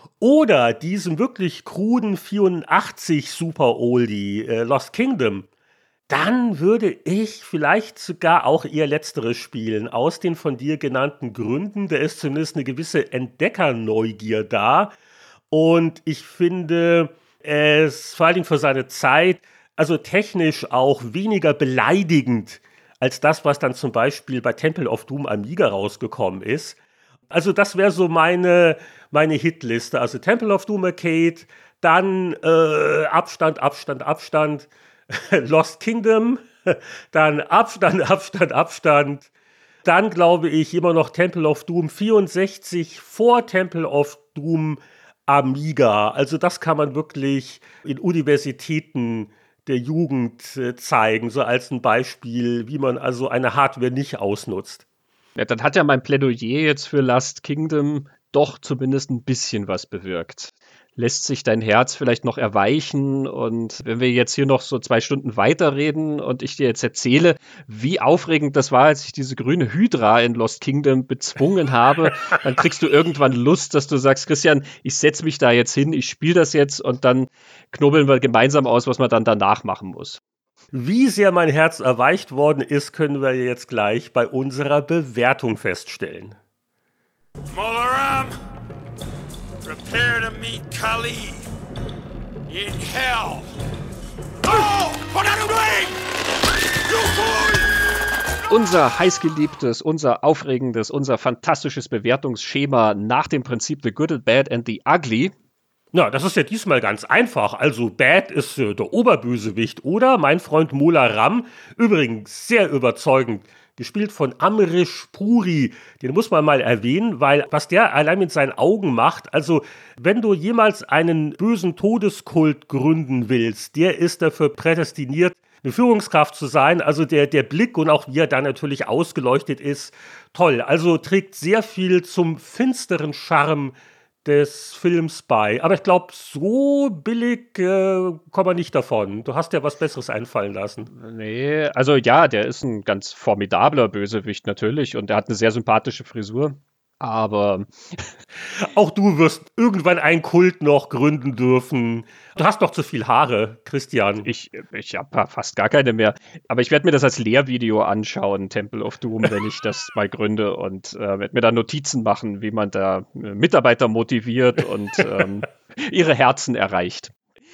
oder diesem wirklich kruden vierundachtzig Super Oldie, äh, Lost Kingdom, dann würde ich vielleicht sogar auch eher Letzteres spielen, aus den von dir genannten Gründen. Da ist zumindest eine gewisse Entdeckerneugier da. Und ich finde es vor allen Dingen für seine Zeit, also technisch auch weniger beleidigend als das, was dann zum Beispiel bei Temple of Doom Amiga rausgekommen ist. Also das wäre so meine, meine Hitliste. Also Temple of Doom Arcade, dann äh, Abstand, Abstand, Abstand, Lost Kingdom, dann Abstand, Abstand, Abstand. Dann glaube ich immer noch Temple of Doom vierundsechzig vor Temple of Doom Amiga. Also das kann man wirklich in Universitäten der Jugend äh, zeigen, so als ein Beispiel, wie man also eine Hardware nicht ausnutzt. Ja, dann hat ja mein Plädoyer jetzt für Lost Kingdom doch zumindest ein bisschen was bewirkt. Lässt sich dein Herz vielleicht noch erweichen? Und wenn wir jetzt hier noch so zwei Stunden weiterreden und ich dir jetzt erzähle, wie aufregend das war, als ich diese grüne Hydra in Lost Kingdom bezwungen habe, dann kriegst du irgendwann Lust, dass du sagst, Christian, ich setze mich da jetzt hin, ich spiele das jetzt und dann knobeln wir gemeinsam aus, was man dann danach machen muss. Wie sehr mein Herz erweicht worden ist, können wir jetzt gleich bei unserer Bewertung feststellen. Molaram, prepare to meet Kali in hell. Oh! Hold on, wait! You fool! Unser heißgeliebtes, unser aufregendes, unser fantastisches Bewertungsschema nach dem Prinzip The Good, the Bad and the Ugly. Na, das ist ja diesmal ganz einfach. Also Bad ist äh, der Oberbösewicht, oder? Mein Freund Mola Ram, übrigens sehr überzeugend, gespielt von Amrish Puri. Den muss man mal erwähnen, weil was der allein mit seinen Augen macht, also wenn du jemals einen bösen Todeskult gründen willst, der ist dafür prädestiniert, eine Führungskraft zu sein. Also der, der Blick und auch wie er da natürlich ausgeleuchtet ist, toll. Also trägt sehr viel zum finsteren Charme des Films bei. Aber ich glaube, so billig äh, kommt man nicht davon. Du hast ja was Besseres einfallen lassen. Nee, also ja, der ist ein ganz formidabler Bösewicht natürlich und er hat eine sehr sympathische Frisur. Aber auch du wirst irgendwann einen Kult noch gründen dürfen. Du hast noch zu viel Haare, Christian. Ich, ich habe fast gar keine mehr. Aber ich werde mir das als Lehrvideo anschauen, Temple of Doom, wenn ich das mal gründe und äh, werde mir da Notizen machen, wie man da äh, Mitarbeiter motiviert und ähm, ihre Herzen erreicht.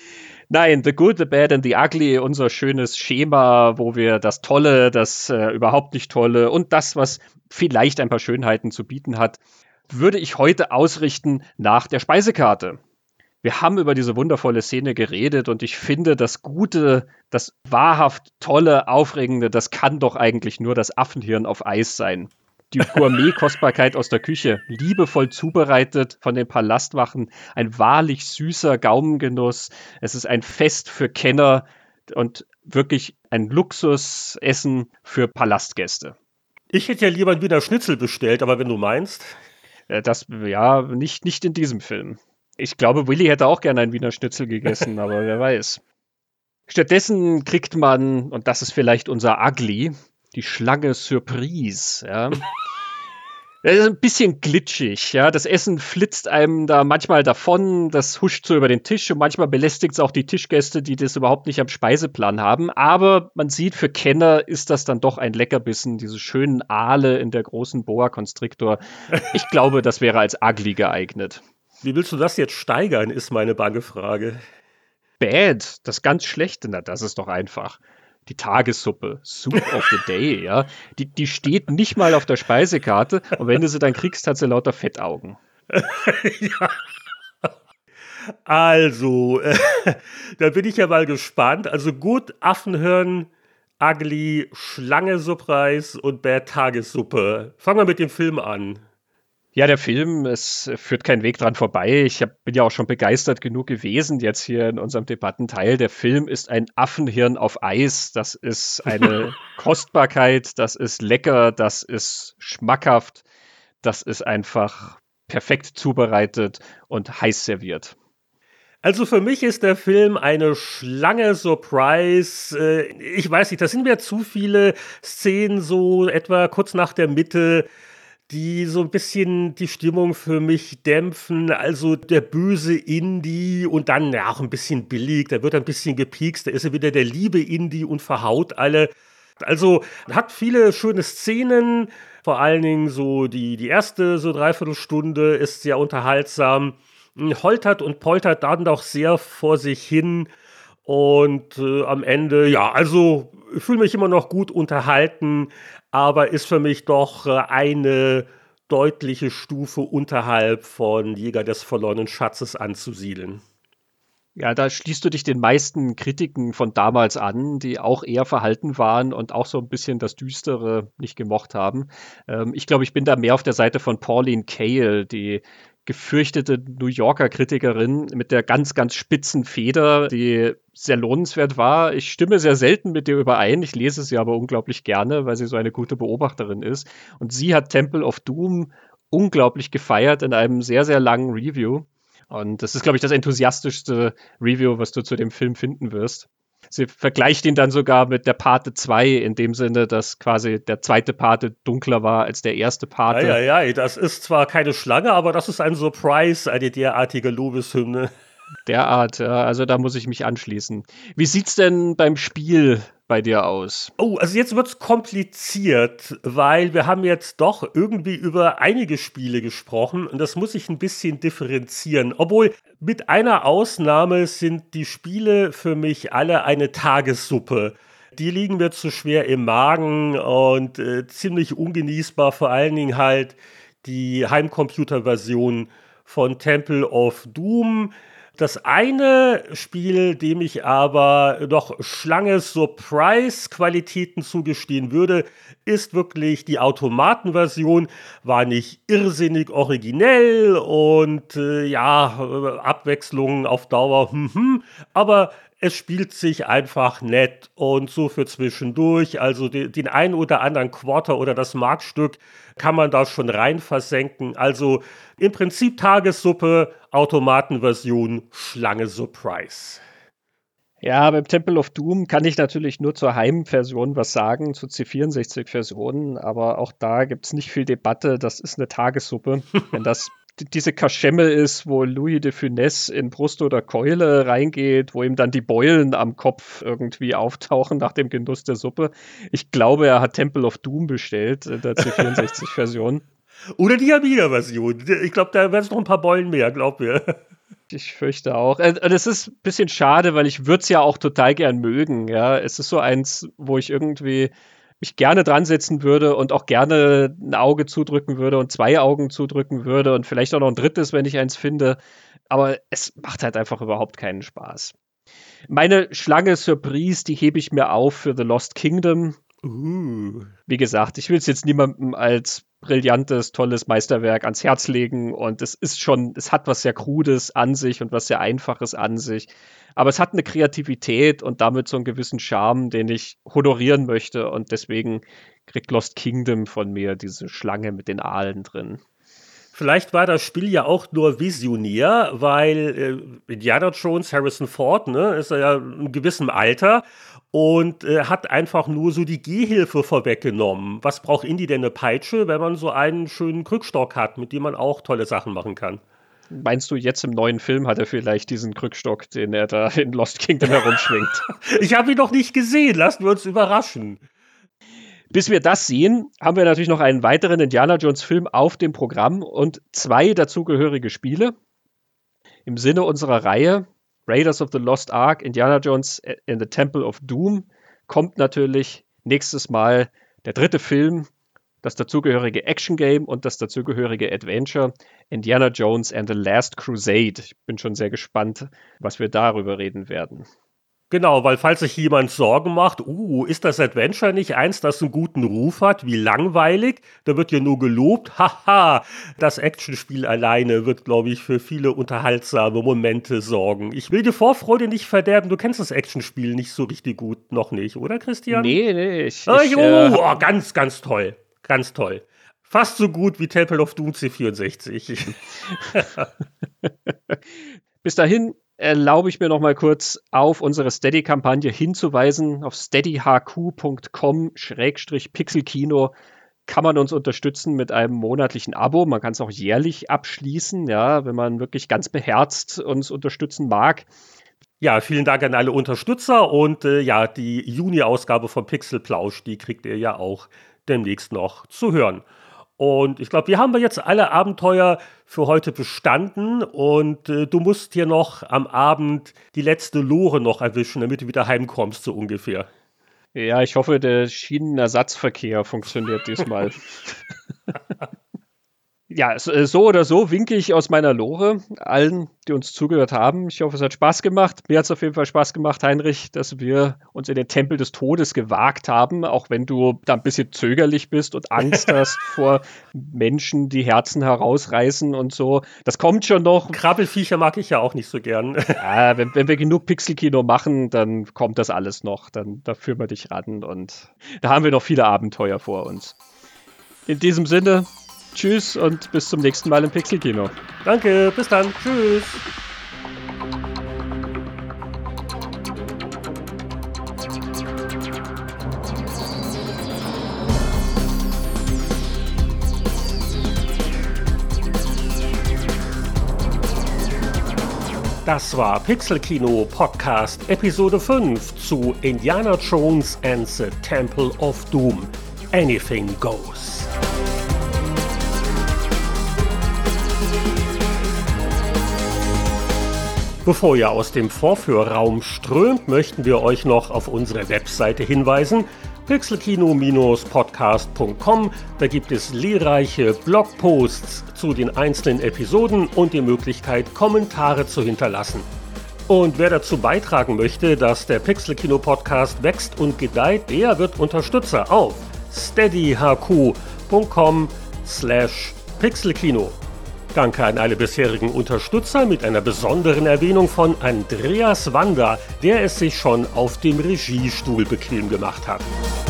Nein, The Good, the Bad and the Ugly, unser schönes Schema, wo wir das Tolle, das äh, überhaupt nicht Tolle und das, was vielleicht ein paar Schönheiten zu bieten hat, würde ich heute ausrichten nach der Speisekarte. Wir haben über diese wundervolle Szene geredet und ich finde, das Gute, das wahrhaft Tolle, Aufregende, das kann doch eigentlich nur das Affenhirn auf Eis sein. Die Gourmet-Kostbarkeit aus der Küche, liebevoll zubereitet von den Palastwachen, ein wahrlich süßer Gaumengenuss. Es ist ein Fest für Kenner und wirklich ein Luxusessen für Palastgäste. Ich hätte ja lieber ein Wiener Schnitzel bestellt, aber wenn du meinst. Das, ja, nicht, nicht in diesem Film. Ich glaube, Willy hätte auch gerne ein Wiener Schnitzel gegessen, aber wer weiß. Stattdessen kriegt man, und das ist vielleicht unser Ugly, die Schlange Surprise, ja. Das ist ein bisschen glitschig, ja. Das Essen flitzt einem da manchmal davon, das huscht so über den Tisch und manchmal belästigt es auch die Tischgäste, die das überhaupt nicht am Speiseplan haben. Aber man sieht, für Kenner ist das dann doch ein Leckerbissen, diese schönen Aale in der großen Boa Constrictor. Ich glaube, das wäre als Ugly geeignet. Wie willst du das jetzt steigern, ist meine bange Frage. Bad, das ganz Schlechte, na, das ist doch einfach. Die Tagessuppe, Soup of the Day, ja, die, die steht nicht mal auf der Speisekarte und wenn du sie dann kriegst, hat sie lauter Fettaugen. Ja. Also, äh, da bin ich ja mal gespannt. Also gut, Affenhirn, Ugly, Schlange Surprise und Bad Tagessuppe. Fangen wir mit dem Film an. Ja, der Film, es führt kein Weg dran vorbei. Ich hab, bin ja auch schon begeistert genug gewesen jetzt hier in unserem Debattenteil. Der Film ist ein Affenhirn auf Eis. Das ist eine Kostbarkeit, das ist lecker, das ist schmackhaft, das ist einfach perfekt zubereitet und heiß serviert. Also für mich ist der Film eine Schlange Surprise. Ich weiß nicht, das sind mir zu viele Szenen so etwa kurz nach der Mitte, die so ein bisschen die Stimmung für mich dämpfen. Also der böse Indie und dann ja auch ein bisschen billig, da wird ein bisschen gepiekst, da ist er wieder der liebe Indie und verhaut alle. Also hat viele schöne Szenen, vor allen Dingen so die, die erste so Dreiviertelstunde ist sehr unterhaltsam, holtert und poltert dann doch sehr vor sich hin und äh, am Ende, ja, also ich fühle mich immer noch gut unterhalten, aber ist für mich doch eine deutliche Stufe unterhalb von Jäger des verlorenen Schatzes anzusiedeln. Ja, da schließt du dich den meisten Kritiken von damals an, die auch eher verhalten waren und auch so ein bisschen das Düstere nicht gemocht haben. Ähm, ich glaube, ich bin da mehr auf der Seite von Pauline Kael, die gefürchtete New Yorker Kritikerin mit der ganz, ganz spitzen Feder, die sehr lohnenswert war. Ich stimme sehr selten mit dir überein, ich lese sie aber unglaublich gerne, weil sie so eine gute Beobachterin ist. Und sie hat Temple of Doom unglaublich gefeiert in einem sehr, sehr langen Review. Und das ist, glaube ich, das enthusiastischste Review, was du zu dem Film finden wirst. Sie vergleicht ihn dann sogar mit der Pate zwei, in dem Sinne, dass quasi der zweite Pate dunkler war als der erste Pate. Ja, ja, ja, das ist zwar keine Schlange, aber das ist ein Surprise, eine derartige Lobeshymne. Derart, ja, also da muss ich mich anschließen. Wie sieht's denn beim Spiel bei dir aus? Oh, also jetzt wird's kompliziert, weil wir haben jetzt doch irgendwie über einige Spiele gesprochen und das muss ich ein bisschen differenzieren. Obwohl, mit einer Ausnahme sind die Spiele für mich alle eine Tagessuppe. die liegen mir zu schwer im Magen und äh, ziemlich ungenießbar, vor allen Dingen halt die Heimcomputer-Version von Temple of Doom. Das eine Spiel, dem ich aber noch Schlange Surprise-Qualitäten zugestehen würde, ist wirklich die Automatenversion. War nicht irrsinnig originell und äh, ja, Abwechslung auf Dauer, hm, hm, aber es spielt sich einfach nett und so für zwischendurch. Also den, den einen oder anderen Quarter oder das Markstück kann man da schon rein versenken. Also im Prinzip Tagessuppe, Automatenversion, Schlange Surprise. Ja, beim Temple of Doom kann ich natürlich nur zur Heimversion was sagen, zur C vierundsechzig-Version, aber auch da gibt es nicht viel Debatte, das ist eine Tagessuppe. Wenn das d- diese Kaschemme ist, wo Louis de Funès in Brust oder Keule reingeht, wo ihm dann die Beulen am Kopf irgendwie auftauchen nach dem Genuss der Suppe. Ich glaube, er hat Temple of Doom bestellt in der C vierundsechzig-Version. Oder die Amiga-Version. Ich glaube, da werden es noch ein paar Beulen mehr, glaub mir. Ich fürchte auch. Äh, Das ist ein bisschen schade, weil ich würde es ja auch total gern mögen. Ja, es ist so eins, wo ich irgendwie mich gerne dran setzen würde und auch gerne ein Auge zudrücken würde und zwei Augen zudrücken würde und vielleicht auch noch ein drittes, wenn ich eins finde. Aber es macht halt einfach überhaupt keinen Spaß. Meine Schlange Surprise, die hebe ich mir auf für The Lost Kingdom. Uh. Wie gesagt, ich will es jetzt niemandem als brillantes, tolles Meisterwerk ans Herz legen und es ist schon, es hat was sehr Krudes an sich und was sehr Einfaches an sich, aber es hat eine Kreativität und damit so einen gewissen Charme, den ich honorieren möchte und deswegen kriegt Lost Kingdom von mir diese Schlange mit den Aalen drin. Vielleicht war das Spiel ja auch nur visionär, weil äh, Indiana Jones, Harrison Ford, ne, ist er ja in gewissem Alter und äh, hat einfach nur so die Gehhilfe vorweggenommen. Was braucht Indy denn eine Peitsche, wenn man so einen schönen Krückstock hat, mit dem man auch tolle Sachen machen kann? Meinst du, jetzt im neuen Film hat er vielleicht diesen Krückstock, den er da in Lost Kingdom herumschwingt? Ich habe ihn noch nicht gesehen, lassen wir uns überraschen. Bis wir das sehen, haben wir natürlich noch einen weiteren Indiana Jones Film auf dem Programm und zwei dazugehörige Spiele. Im Sinne unserer Reihe Raiders of the Lost Ark, Indiana Jones in the Temple of Doom kommt natürlich nächstes Mal der dritte Film, das dazugehörige Action-Game und das dazugehörige Adventure Indiana Jones and the Last Crusade. Ich bin schon sehr gespannt, was wir darüber reden werden. Genau, weil falls sich jemand Sorgen macht, uh, ist das Adventure nicht eins, das einen guten Ruf hat, wie langweilig? Da wird ja nur gelobt, haha, das Actionspiel alleine wird, glaube ich, für viele unterhaltsame Momente sorgen. Ich will die Vorfreude nicht verderben, du kennst das Actionspiel nicht so richtig gut, noch nicht, oder Christian? Nee, nee, ich... Oh, ich oh, äh, oh, ganz, ganz toll, ganz toll. Fast so gut wie Temple of Doom C vierundsechzig. Bis dahin erlaube ich mir noch mal kurz auf unsere Steady-Kampagne hinzuweisen. Auf steadyhq.com schrägstrich Pixelkino kann man uns unterstützen mit einem monatlichen Abo. Man kann es auch jährlich abschließen, ja, wenn man wirklich ganz beherzt uns unterstützen mag. Ja, vielen Dank an alle Unterstützer und äh, ja, die Juni-Ausgabe von Pixelplausch, die kriegt ihr ja auch demnächst noch zu hören. Und ich glaube, wir haben jetzt alle Abenteuer für heute bestanden und äh, du musst hier noch am Abend die letzte Lore noch erwischen, damit du wieder heimkommst, so ungefähr. Ja, ich hoffe, der Schienenersatzverkehr funktioniert diesmal. Ja, so oder so winke ich aus meiner Lore allen, die uns zugehört haben. Ich hoffe, es hat Spaß gemacht. Mir hat es auf jeden Fall Spaß gemacht, Heinrich, dass wir uns in den Tempel des Todes gewagt haben, auch wenn du da ein bisschen zögerlich bist und Angst hast vor Menschen, die Herzen herausreißen und so. Das kommt schon noch. Krabbelfiecher mag ich ja auch nicht so gern. Ja, wenn, wenn wir genug Pixelkino machen, dann kommt das alles noch. Dann da führen wir dich ran und da haben wir noch viele Abenteuer vor uns. In diesem Sinne, tschüss und bis zum nächsten Mal im Pixelkino. Danke, bis dann. Tschüss. Das war Pixelkino Podcast Episode fünf zu Indiana Jones and the Temple of Doom. Anything goes. Bevor ihr aus dem Vorführraum strömt, möchten wir euch noch auf unsere Webseite hinweisen, pixelkino Bindestrich podcast punkt com. Da gibt es lehrreiche Blogposts zu den einzelnen Episoden und die Möglichkeit, Kommentare zu hinterlassen. Und wer dazu beitragen möchte, dass der Pixelkino-Podcast wächst und gedeiht, der wird Unterstützer auf steadyhq punkt com slash pixelkino. Danke an alle bisherigen Unterstützer mit einer besonderen Erwähnung von Andreas Wander, der es sich schon auf dem Regiestuhl bequem gemacht hat.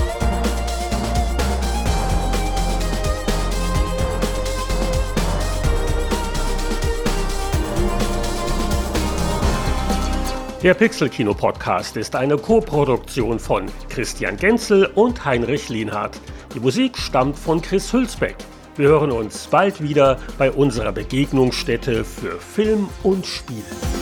Der Pixelkino-Podcast ist eine Koproduktion von Christian Genzel und Heinrich Lienhardt. Die Musik stammt von Chris Hülsbeck. Wir hören uns bald wieder bei unserer Begegnungsstätte für Film und Spiel.